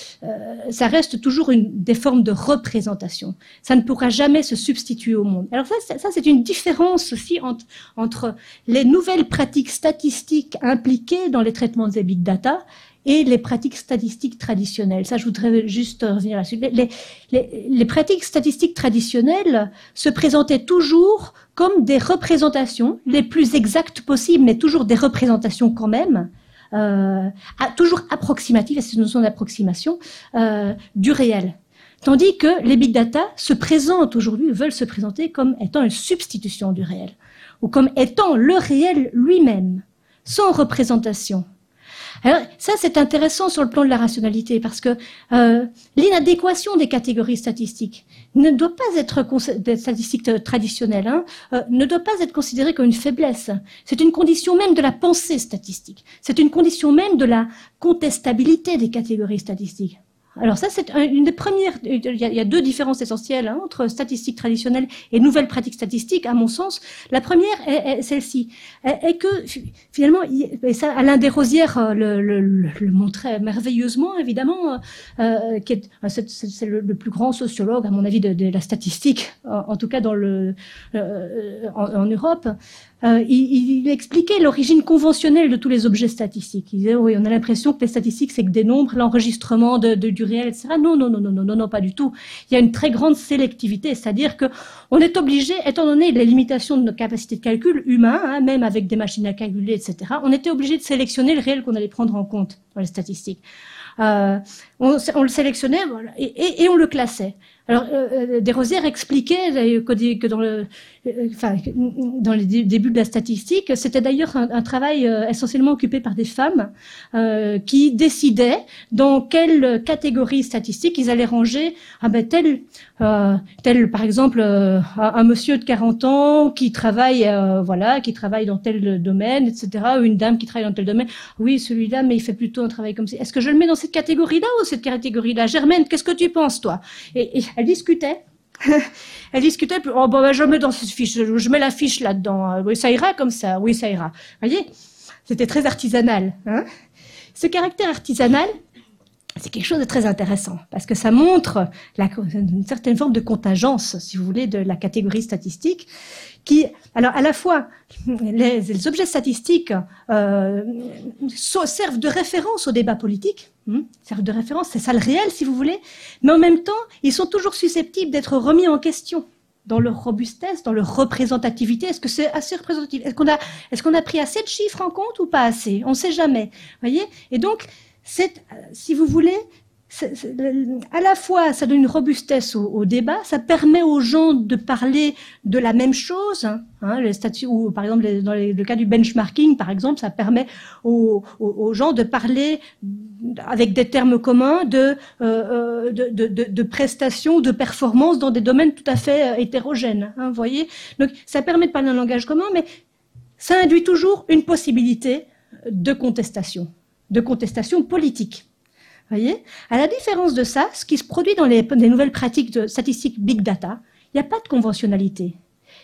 des formes de représentation. Ça ne pourra jamais se substituer au monde. Alors ça c'est une différence aussi entre les nouvelles pratiques statistiques impliquées dans les traitements des big data et les pratiques statistiques traditionnelles. Ça, je voudrais juste revenir là-dessus. Les pratiques statistiques traditionnelles se présentaient toujours comme des représentations les plus exactes possibles, mais toujours des représentations quand même, toujours approximatives, et c'est une notion d'approximation, du réel. Tandis que les big data se présentent aujourd'hui, veulent se présenter comme étant une substitution du réel, ou comme étant le réel lui-même, sans représentation. Alors, ça, c'est intéressant sur le plan de la rationalité, parce que l'inadéquation des catégories statistiques ne doit pas être, des statistiques traditionnelles, ne doit pas être considérée comme une faiblesse. C'est une condition même de la pensée statistique. C'est une condition même de la contestabilité des catégories statistiques. Alors ça, c'est une des premières. Il y a deux différences essentielles entre statistiques traditionnelles et nouvelles pratiques statistiques, à mon sens. La première est celle-ci, est que finalement, et ça, Alain Desrosières le montrait merveilleusement, évidemment, c'est le plus grand sociologue, à mon avis, de la statistique, en tout cas en Europe. Il expliquait l'origine conventionnelle de tous les objets statistiques. Il disait, oui, on a l'impression que les statistiques, c'est que des nombres, l'enregistrement du réel, etc. Non, pas du tout. Il y a une très grande sélectivité, c'est-à-dire que on est obligé, étant donné les limitations de nos capacités de calcul humains, même avec des machines à calculer, etc., on était obligé de sélectionner le réel qu'on allait prendre en compte dans les statistiques. On le sélectionnait, voilà, et on le classait. Alors, Desrosières expliquait que dans les débuts de la statistique, c'était d'ailleurs un travail essentiellement occupé par des femmes qui décidaient dans quelle catégorie statistique ils allaient ranger tel par exemple un monsieur de 40 ans qui travaille dans tel domaine, etc., ou une dame qui travaille dans tel domaine. Oui, celui-là, mais il fait plutôt un travail comme ça. Est-ce que je le mets dans cette catégorie-là ou cette catégorie-là? Germaine, qu'est-ce que tu penses, toi? Et elle discutait. Elle discutait, puis, je mets dans cette fiche, je mets la fiche là-dedans. Oui, ça ira comme ça. Oui, ça ira. Vous voyez? C'était très artisanal, Ce caractère artisanal, c'est quelque chose de très intéressant, parce que ça montre une certaine forme de contingence, si vous voulez, de la catégorie statistique, qui, alors, à la fois, les objets statistiques servent de référence au débat politique, servent de référence, c'est ça le réel, si vous voulez, mais en même temps, ils sont toujours susceptibles d'être remis en question dans leur robustesse, dans leur représentativité. Est-ce que c'est assez représentatif? Est-ce qu'on a pris assez de chiffres en compte ou pas assez? On ne sait jamais, voyez. Et donc, si vous voulez, à la fois, ça donne une robustesse au débat, ça permet aux gens de parler de la même chose, les statuts, ou par exemple dans le cas du benchmarking, par exemple, ça permet aux gens de parler avec des termes communs de prestations, de performances dans des domaines tout à fait hétérogènes, vous voyez. Donc ça permet de parler un langage commun, mais ça induit toujours une possibilité de contestation politique. Voyez, à la différence de ça, ce qui se produit dans les nouvelles pratiques de statistiques big data, il n'y a pas de conventionnalité.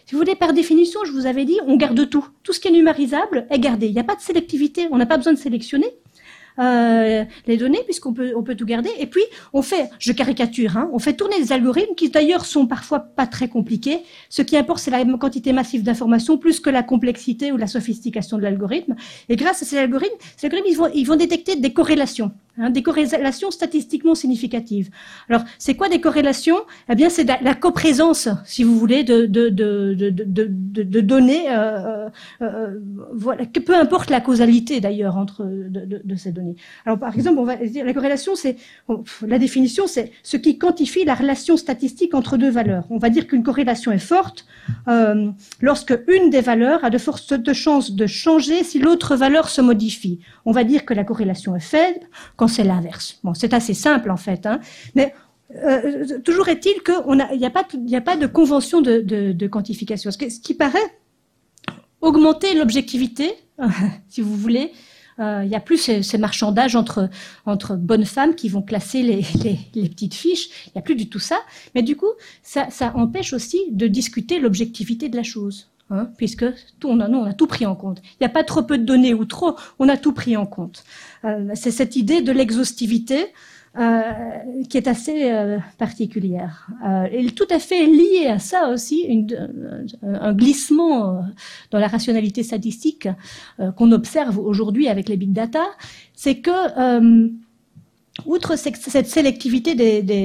Si vous voulez, par définition, je vous avais dit, on garde tout. Tout ce qui est numérisable est gardé. Il n'y a pas de sélectivité, on n'a pas besoin de sélectionner les données puisqu'on peut tout garder. Et puis, on fait, je caricature, on fait tourner des algorithmes qui d'ailleurs sont parfois pas très compliqués. Ce qui importe, c'est la quantité massive d'informations plus que la complexité ou la sophistication de l'algorithme. Et grâce à ces algorithmes, ils vont détecter des corrélations. Des corrélations statistiquement significatives. Alors, c'est quoi des corrélations? Eh bien, c'est la coprésence, si vous voulez, de données, voilà, que peu importe la causalité d'ailleurs entre de ces données. Alors, par exemple, on va dire la corrélation, la définition, c'est ce qui quantifie la relation statistique entre deux valeurs. On va dire qu'une corrélation est forte lorsque une des valeurs a de fortes chances de changer si l'autre valeur se modifie. On va dire que la corrélation est faible quand c'est l'inverse. Bon, c'est assez simple en fait, mais toujours est-il qu'il n'y a pas de convention de quantification. Ce qui paraît augmenter l'objectivité, si vous voulez. Il n'y a plus ces marchandages entre bonnes femmes qui vont classer les petites fiches. Il n'y a plus du tout ça. Mais du coup, ça empêche aussi de discuter l'objectivité de la chose. Puisque on a tout pris en compte. Il n'y a pas trop peu de données ou trop, on a tout pris en compte. C'est cette idée de l'exhaustivité qui est assez particulière. Et tout à fait lié à ça aussi, un glissement dans la rationalité statistique qu'on observe aujourd'hui avec les big data, c'est que outre cette sélectivité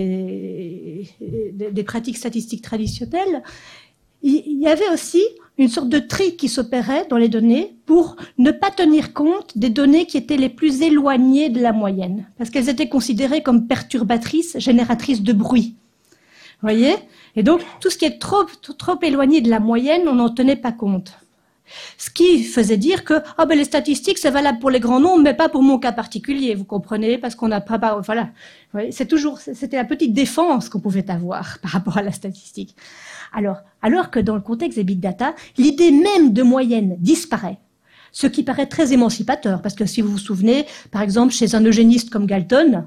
des pratiques statistiques traditionnelles, il y avait aussi une sorte de tri qui s'opérait dans les données pour ne pas tenir compte des données qui étaient les plus éloignées de la moyenne, parce qu'elles étaient considérées comme perturbatrices, génératrices de bruit. Vous voyez? Et donc, tout ce qui est trop éloigné de la moyenne, on n'en tenait pas compte. Ce qui faisait dire que les statistiques, c'est valable pour les grands nombres, mais pas pour mon cas particulier, vous comprenez, parce qu'on n'a pas... Voilà. Vous voyez, c'était la petite défense qu'on pouvait avoir par rapport à la statistique. Alors que dans le contexte des big data, l'idée même de moyenne disparaît. Ce qui paraît très émancipateur, parce que si vous vous souvenez, par exemple, chez un eugéniste comme Galton,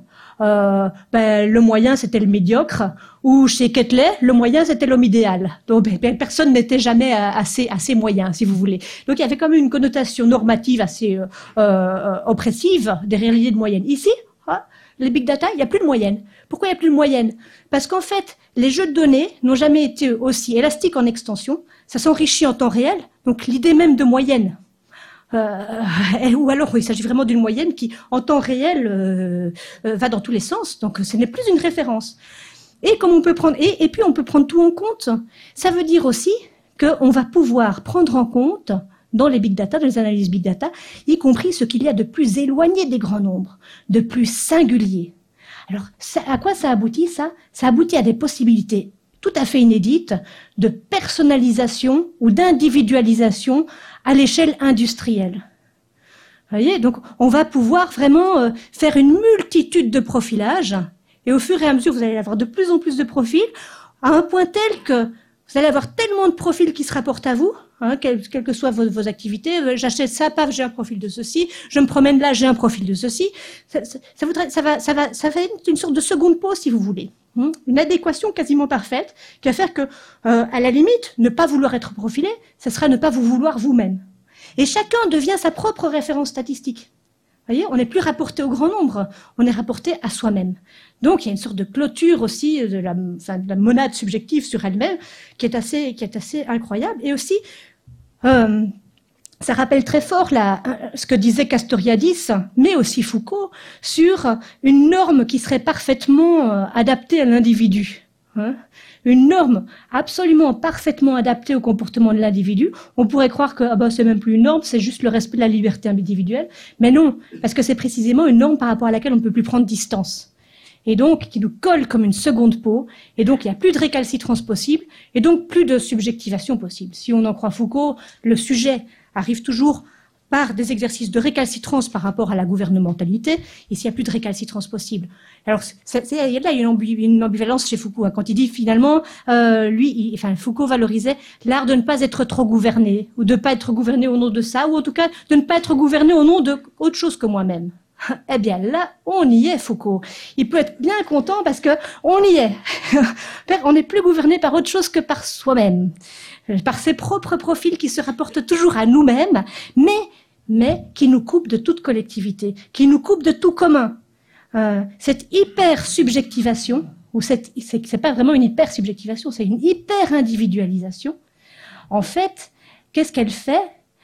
le moyen c'était le médiocre, ou chez Quetelet, le moyen c'était l'homme idéal. Donc personne n'était jamais assez moyen, si vous voulez. Donc il y avait quand même une connotation normative assez oppressive derrière l'idée de moyenne. Ici, les big data, il n'y a plus de moyenne. Pourquoi il n'y a plus de moyenne? Parce qu'en fait, les jeux de données n'ont jamais été aussi élastiques en extension, ça s'enrichit en temps réel, donc l'idée même de moyenne. Ou alors, il s'agit vraiment d'une moyenne qui, en temps réel, va dans tous les sens, donc ce n'est plus une référence. Et comme on peut prendre, et puis on peut prendre tout en compte, ça veut dire aussi qu'on va pouvoir prendre en compte dans les big data, dans les analyses big data, y compris ce qu'il y a de plus éloigné des grands nombres, de plus singulier. Alors, à quoi ça aboutit, ça? Ça aboutit à des possibilités tout à fait inédites de personnalisation ou d'individualisation à l'échelle industrielle. Vous voyez, donc on va pouvoir vraiment faire une multitude de profilages, et au fur et à mesure, vous allez avoir de plus en plus de profils, à un point tel que vous allez avoir tellement de profils qui se rapportent à vous, quelles que soient vos activités. J'achète ça, paf, j'ai un profil de ceci. Je me promène là, j'ai un profil de ceci. Ça va être une sorte de seconde peau, si vous voulez. Une adéquation quasiment parfaite qui va faire que, à la limite, ne pas vouloir être profilé, ce sera ne pas vous vouloir vous-même. Et chacun devient sa propre référence statistique. Vous voyez, on n'est plus rapporté au grand nombre, on est rapporté à soi-même. Donc, il y a une sorte de clôture aussi de la monade subjective sur elle-même qui est assez incroyable. Et aussi, ça rappelle très fort ce que disait Castoriadis, mais aussi Foucault, sur une norme qui serait parfaitement adaptée à l'individu. Une norme absolument parfaitement adaptée au comportement de l'individu. On pourrait croire que c'est même plus une norme, c'est juste le respect de la liberté individuelle. Mais non, parce que c'est précisément une norme par rapport à laquelle on ne peut plus prendre distance. Et donc, qui nous colle comme une seconde peau. Et donc, il n'y a plus de récalcitrance possible. Et donc, plus de subjectivation possible. Si on en croit Foucault, le sujet arrive toujours par des exercices de récalcitrance par rapport à la gouvernementalité, et s'il n'y a plus de récalcitrance possible. Alors, il y a là une ambivalence chez Foucault, quand il dit finalement, Foucault valorisait l'art de ne pas être trop gouverné, ou de ne pas être gouverné au nom de ça, ou en tout cas de ne pas être gouverné au nom de autre chose que moi-même. Eh bien là, on y est, Foucault. Il peut être bien content parce que on y est. On n'est plus gouverné par autre chose que par soi-même, par ses propres profils qui se rapportent toujours à nous-mêmes, mais qui nous coupent de toute collectivité, qui nous coupent de tout commun. Cette hyper-subjectivation, ou c'est pas vraiment une hyper-subjectivation, c'est une hyper-individualisation. En fait, qu'est-ce qu'elle fait ?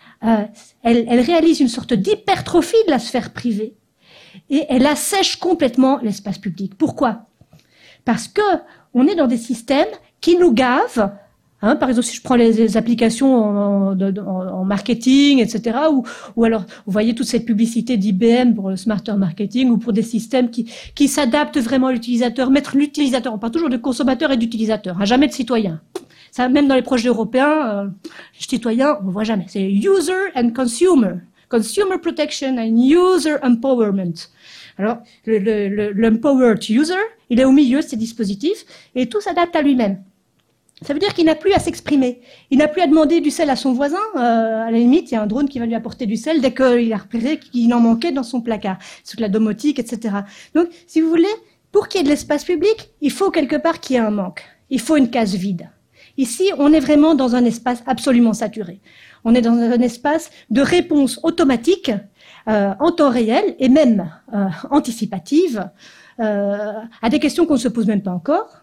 Elle réalise une sorte d'hypertrophie de la sphère privée et elle assèche complètement l'espace public. Pourquoi ? Parce que on est dans des systèmes qui nous gavent. Par exemple, si je prends les applications en marketing, etc., ou alors, vous voyez toute cette publicité d'IBM pour le smarter marketing ou pour des systèmes qui s'adaptent vraiment à l'utilisateur, mettre l'utilisateur, on parle toujours de consommateur et d'utilisateur, jamais de citoyen. Ça, même dans les projets européens, citoyens, on ne voit jamais. C'est user and consumer. Consumer protection and user empowerment. Alors, l'empowered user, il est au milieu de ces dispositifs et tout s'adapte à lui-même. Ça veut dire qu'il n'a plus à s'exprimer. Il n'a plus à demander du sel à son voisin. À la limite, il y a un drone qui va lui apporter du sel dès qu'il a repéré qu'il en manquait dans son placard. C'est de la domotique, etc. Donc, si vous voulez, pour qu'il y ait de l'espace public, il faut quelque part qu'il y ait un manque. Il faut une case vide. Ici, on est vraiment dans un espace absolument saturé. On est dans un espace de réponse automatique, en temps réel, et même anticipative, à des questions qu'on ne se pose même pas encore.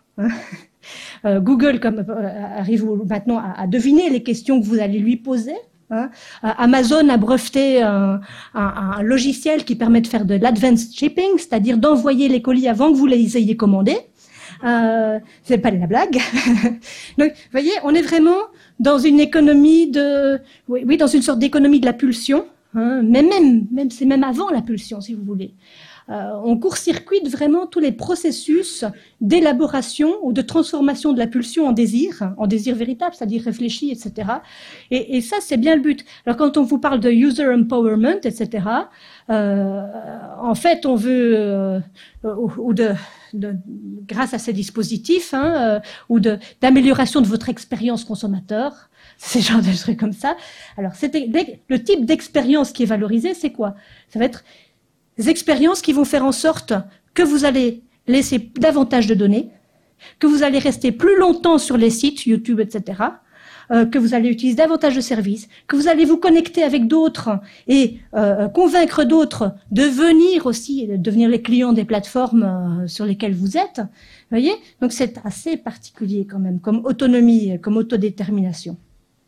Google arrive maintenant à deviner les questions que vous allez lui poser. Amazon a breveté un logiciel qui permet de faire de l'advanced shipping, c'est-à-dire d'envoyer les colis avant que vous les ayez commandés. C'est pas de la blague. Donc, vous voyez, on est vraiment dans une économie dans une sorte d'économie de la pulsion, mais même c'est même avant la pulsion, si vous voulez. On court-circuite vraiment tous les processus d'élaboration ou de transformation de la pulsion en désir véritable, c'est-à-dire réfléchi, etc. Et ça, c'est bien le but. Alors, quand on vous parle de user empowerment, etc., en fait, on veut, grâce à ces dispositifs, ou d'amélioration de votre expérience consommateur, ces genres de trucs comme ça. Alors, le type d'expérience qui est valorisé, c'est quoi ? Ça va être des expériences qui vont faire en sorte que vous allez laisser davantage de données, que vous allez rester plus longtemps sur les sites, YouTube, etc., que vous allez utiliser davantage de services, que vous allez vous connecter avec d'autres et convaincre d'autres de venir aussi, devenir les clients des plateformes sur lesquelles vous êtes. Vous voyez ? Donc c'est assez particulier quand même, comme autonomie, comme autodétermination.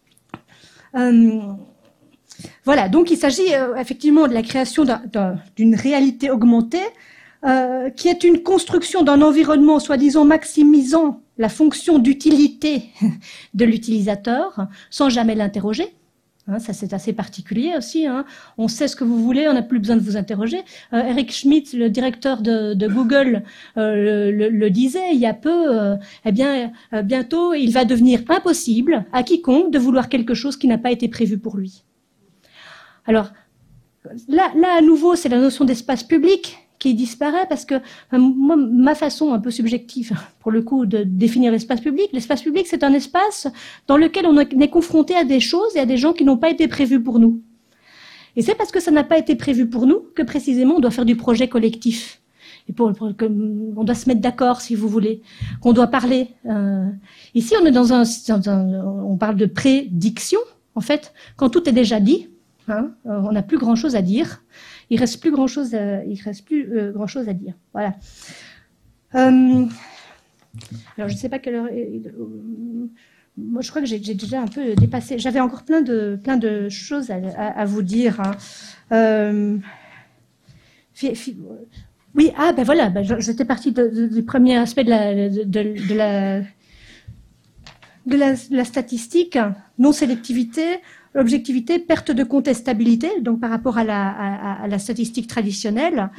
Voilà, donc il s'agit effectivement de la création d'une réalité augmentée qui est une construction d'un environnement soi-disant maximisant la fonction d'utilité de l'utilisateur sans jamais l'interroger. Ça, c'est assez particulier aussi. On sait ce que vous voulez, on n'a plus besoin de vous interroger. Eric Schmidt, le directeur de Google, le disait il y a peu. Bientôt, il va devenir impossible à quiconque de vouloir quelque chose qui n'a pas été prévu pour lui. Alors, là à nouveau, c'est la notion d'espace public qui disparaît parce que moi, ma façon un peu subjective, pour le coup, de définir l'espace public, c'est un espace dans lequel on est confronté à des choses et à des gens qui n'ont pas été prévus pour nous. Et c'est parce que ça n'a pas été prévu pour nous que précisément on doit faire du projet collectif. Et on doit se mettre d'accord, si vous voulez, qu'on doit parler. Ici, on est on parle de prédiction, en fait, quand tout est déjà dit. On n'a plus grand-chose à dire. Il reste plus grand-chose à dire. Voilà. Alors, je ne sais pas quelle heure. Moi, je crois que j'ai déjà un peu dépassé. J'avais encore plein de choses à vous dire. Oui, voilà. J'étais partie du premier aspect de la statistique, non-sélectivité. L'objectivité, perte de contestabilité, donc par rapport à la statistique traditionnelle.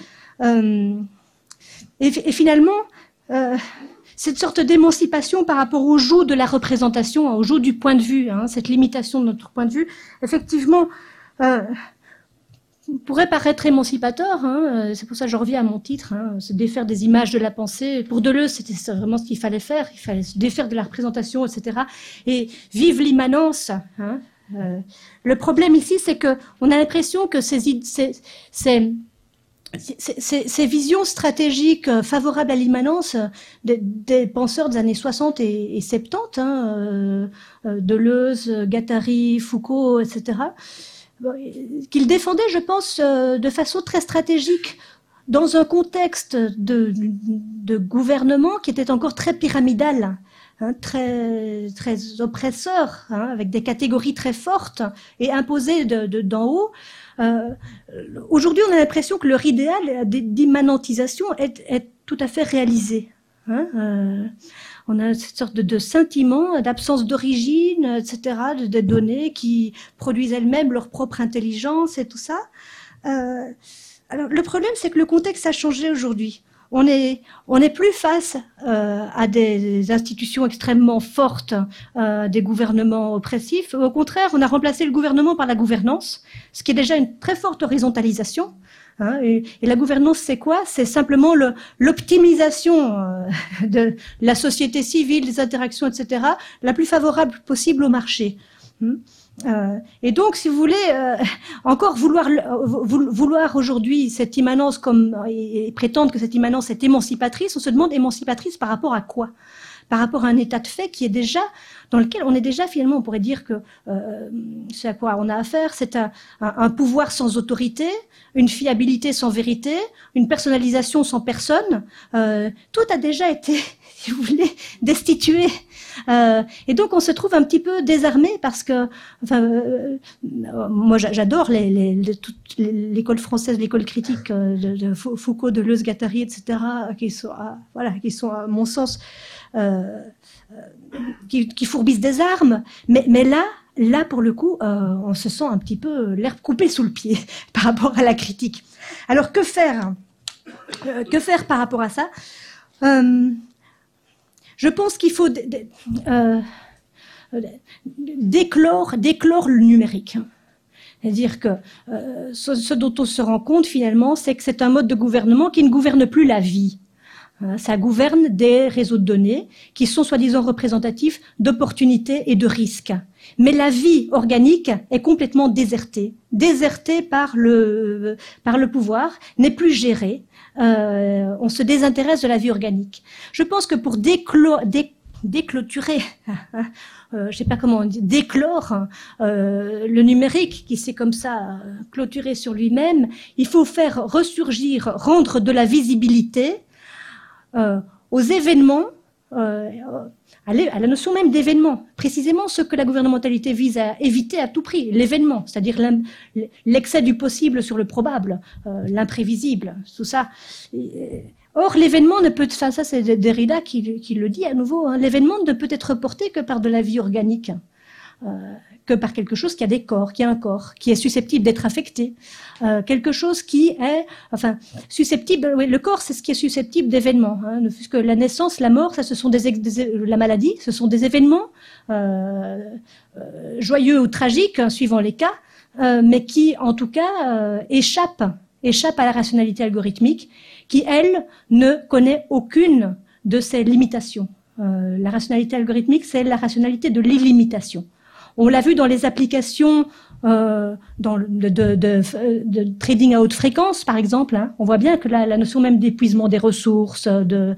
Et finalement, cette sorte d'émancipation par rapport au joug de la représentation, au joug du point de vue, cette limitation de notre point de vue, effectivement, pourrait paraître émancipateur. C'est pour ça que je reviens à mon titre, se défaire des images de la pensée. Pour Deleuze, c'était vraiment ce qu'il fallait faire. Il fallait se défaire de la représentation, etc. Et vive l'immanence. Le problème ici, c'est que on a l'impression que ces Ces visions stratégiques favorables à l'immanence des penseurs des années 60 et 70, Deleuze, Guattari, Foucault, etc., qu'ils défendaient, je pense, de façon très stratégique, dans un contexte de gouvernement qui était encore très pyramidal, très oppresseur, avec des catégories très fortes et imposées d'en haut. Aujourd'hui, on a l'impression que leur idéal d'immanentisation est tout à fait réalisé. On a cette sorte de sentiment d'absence d'origine, etc., de données qui produisent elles-mêmes leur propre intelligence et tout ça. Alors, le problème, c'est que le contexte a changé aujourd'hui. On n'est plus face à des institutions extrêmement fortes, des gouvernements oppressifs. Au contraire, on a remplacé le gouvernement par la gouvernance, ce qui est déjà une très forte horizontalisation. Et la gouvernance, c'est quoi? C'est simplement l'optimisation de la société civile, des interactions, etc., la plus favorable possible au marché. Et donc, si vous voulez, encore vouloir aujourd'hui cette immanence et prétendre que cette immanence est émancipatrice, on se demande émancipatrice par rapport à quoi? Par rapport à un état de fait qui est déjà, dans lequel on est déjà finalement, on pourrait dire que c'est à quoi on a affaire, c'est un pouvoir sans autorité, une fiabilité sans vérité, une personnalisation sans personne. Tout a déjà été, si vous voulez, destitué. Et donc on se trouve un petit peu désarmé parce que, moi j'adore l'école française, l'école critique de Foucault, Deleuze, Guattari, etc., qui sont à mon sens qui fourbissent des armes, mais là pour le coup, on se sent un petit peu l'herbe coupée sous le pied par rapport à la critique. Alors que faire par rapport à ça? Je pense qu'il faut déclore le numérique. C'est-à-dire que ce dont on se rend compte finalement, c'est que c'est un mode de gouvernement qui ne gouverne plus la vie. Ça gouverne des réseaux de données qui sont soi-disant représentatifs d'opportunités et de risques. Mais la vie organique est complètement désertée par le pouvoir, n'est plus gérée. On se désintéresse de la vie organique. Je pense que pour décloturer, je sais pas comment on dit, déclore le numérique qui s'est comme ça clôturé sur lui-même, il faut faire ressurgir, rendre de la visibilité aux événements, à la notion même d'événement, précisément ce que la gouvernementalité vise à éviter à tout prix, l'événement, c'est-à-dire l'excès du possible sur le probable, l'imprévisible, tout ça. Or, l'événement ne peut, ça c'est Derrida qui le dit à nouveau, l'événement ne peut être porté que par de la vie organique, que par quelque chose qui a des corps, qui a un corps, qui est susceptible d'être affecté, quelque chose qui est, susceptible. Oui, le corps, c'est ce qui est susceptible d'événements, puisque la naissance, la mort, ça, ce sont la maladie, ce sont des événements joyeux ou tragiques, suivant les cas, mais qui, en tout cas, échappent à la rationalité algorithmique, qui, elle, ne connaît aucune de ses limitations. La rationalité algorithmique, c'est la rationalité de l'illimitation. On l'a vu dans les applications de trading à haute fréquence, par exemple. On voit bien que la notion même d'épuisement des ressources, de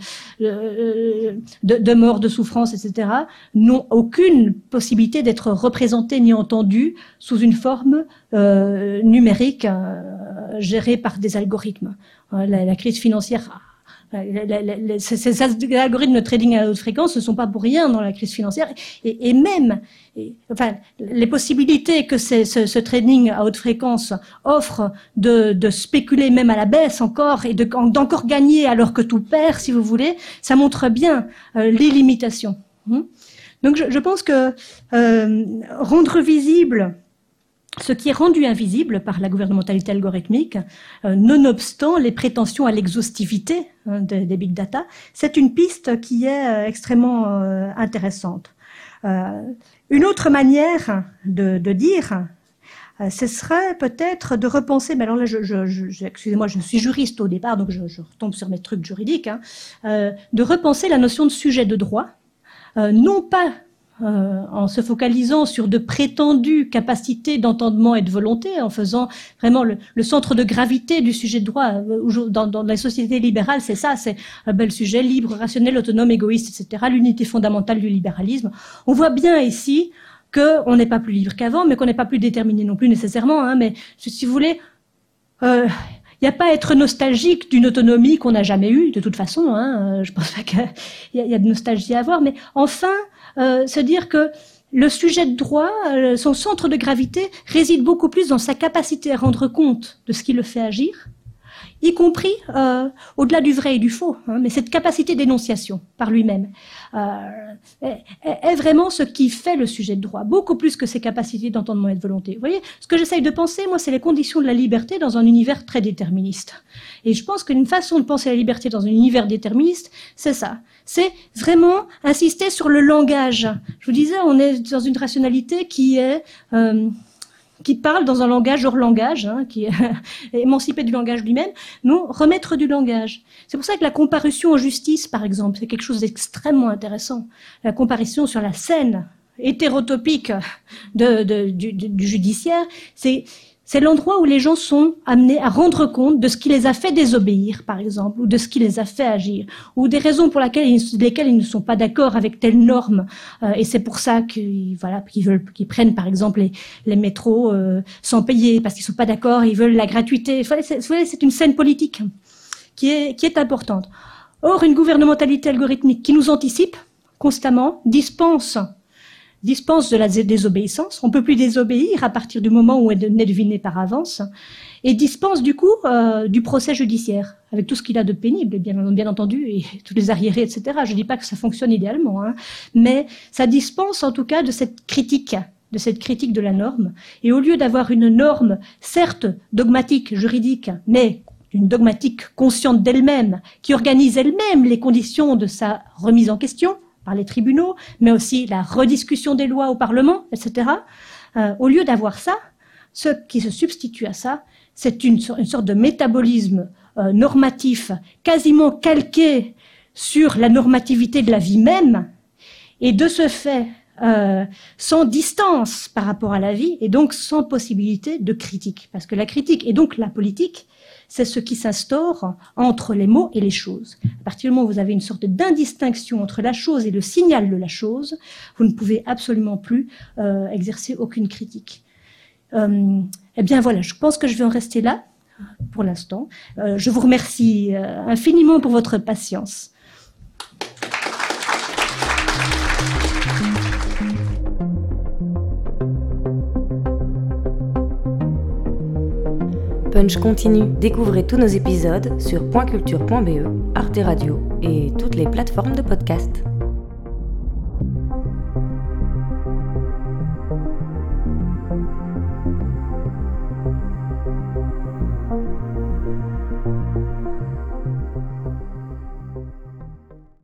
mort, de souffrance, etc., n'ont aucune possibilité d'être représentées ni entendues sous une forme numérique gérée par des algorithmes. La crise financière... Ces algorithmes de trading à haute fréquence ne sont pas pour rien dans la crise financière et même les possibilités que ce trading à haute fréquence offre de spéculer même à la baisse encore et d'encore gagner alors que tout perd, si vous voulez, ça montre bien l'illimitation. Donc je pense que rendre visible ce qui est rendu invisible par la gouvernementalité algorithmique, nonobstant les prétentions à l'exhaustivité des big data, c'est une piste qui est extrêmement intéressante. Une autre manière de dire, ce serait peut-être de repenser, mais alors là, excusez-moi, je suis juriste au départ, donc je retombe sur mes trucs juridiques, de repenser la notion de sujet de droit, non pas en se focalisant sur de prétendues capacités d'entendement et de volonté, en faisant vraiment le centre de gravité du sujet de droit. Dans la société libérale, c'est ça, c'est le sujet libre, rationnel, autonome, égoïste, etc., l'unité fondamentale du libéralisme. On voit bien ici qu'on n'est pas plus libre qu'avant, mais qu'on n'est pas plus déterminé non plus nécessairement, hein, mais si vous voulez... Il n'y a pas à être nostalgique d'une autonomie qu'on n'a jamais eue, de toute façon. Hein, je pense pas qu'il y a de nostalgie à avoir, mais enfin, se dire que le sujet de droit, son centre de gravité, réside beaucoup plus dans sa capacité à rendre compte de ce qui le fait agir, y compris au-delà du vrai et du faux, hein, mais cette capacité d'énonciation par lui-même est vraiment ce qui fait le sujet de droit, beaucoup plus que ses capacités d'entendement et de volonté. Vous voyez, ce que j'essaye de penser, moi, c'est les conditions de la liberté dans un univers très déterministe. Et je pense qu'une façon de penser la liberté dans un univers déterministe, c'est ça. C'est vraiment insister sur le langage. Je vous disais, on est dans une rationalité qui parle dans un langage hors langage, hein, qui est émancipé du langage lui-même, non, remettre du langage. C'est pour ça que la comparution en justice, par exemple, c'est quelque chose d'extrêmement intéressant. La comparution sur la scène hétérotopique du judiciaire, c'est l'endroit où les gens sont amenés à rendre compte de ce qui les a fait désobéir, par exemple, ou de ce qui les a fait agir, ou des raisons pour lesquelles ils ne sont pas d'accord avec telle norme. Et c'est pour ça qu'ils prennent, par exemple, les métros sans payer, parce qu'ils ne sont pas d'accord, ils veulent la gratuité. C'est une scène politique qui est importante. Or, une gouvernementalité algorithmique qui nous anticipe constamment, dispense de la désobéissance. On ne peut plus désobéir à partir du moment où on est deviné par avance, et dispense du coup du procès judiciaire, avec tout ce qu'il a de pénible, bien entendu, et tous les arriérés, etc. Je ne dis pas que ça fonctionne idéalement, hein, mais ça dispense en tout cas de cette critique de la norme. Et au lieu d'avoir une norme, certes dogmatique, juridique, mais une dogmatique consciente d'elle-même, qui organise elle-même les conditions de sa remise en question, par les tribunaux, mais aussi la rediscussion des lois au Parlement, etc. Au lieu d'avoir ça, ce qui se substitue à ça, c'est une sorte de métabolisme normatif quasiment calqué sur la normativité de la vie même, et de ce fait, sans distance par rapport à la vie, et donc sans possibilité de critique. Parce que la critique, et donc la politique, c'est ce qui s'instaure entre les mots et les choses. À partir du moment où vous avez une sorte d'indistinction entre la chose et le signal de la chose, vous ne pouvez absolument plus exercer aucune critique. Eh bien voilà, je pense que je vais en rester là pour l'instant. Je vous remercie infiniment pour votre patience. Punch continue. Découvrez tous nos épisodes sur pointculture.be, Arte Radio et toutes les plateformes de podcast.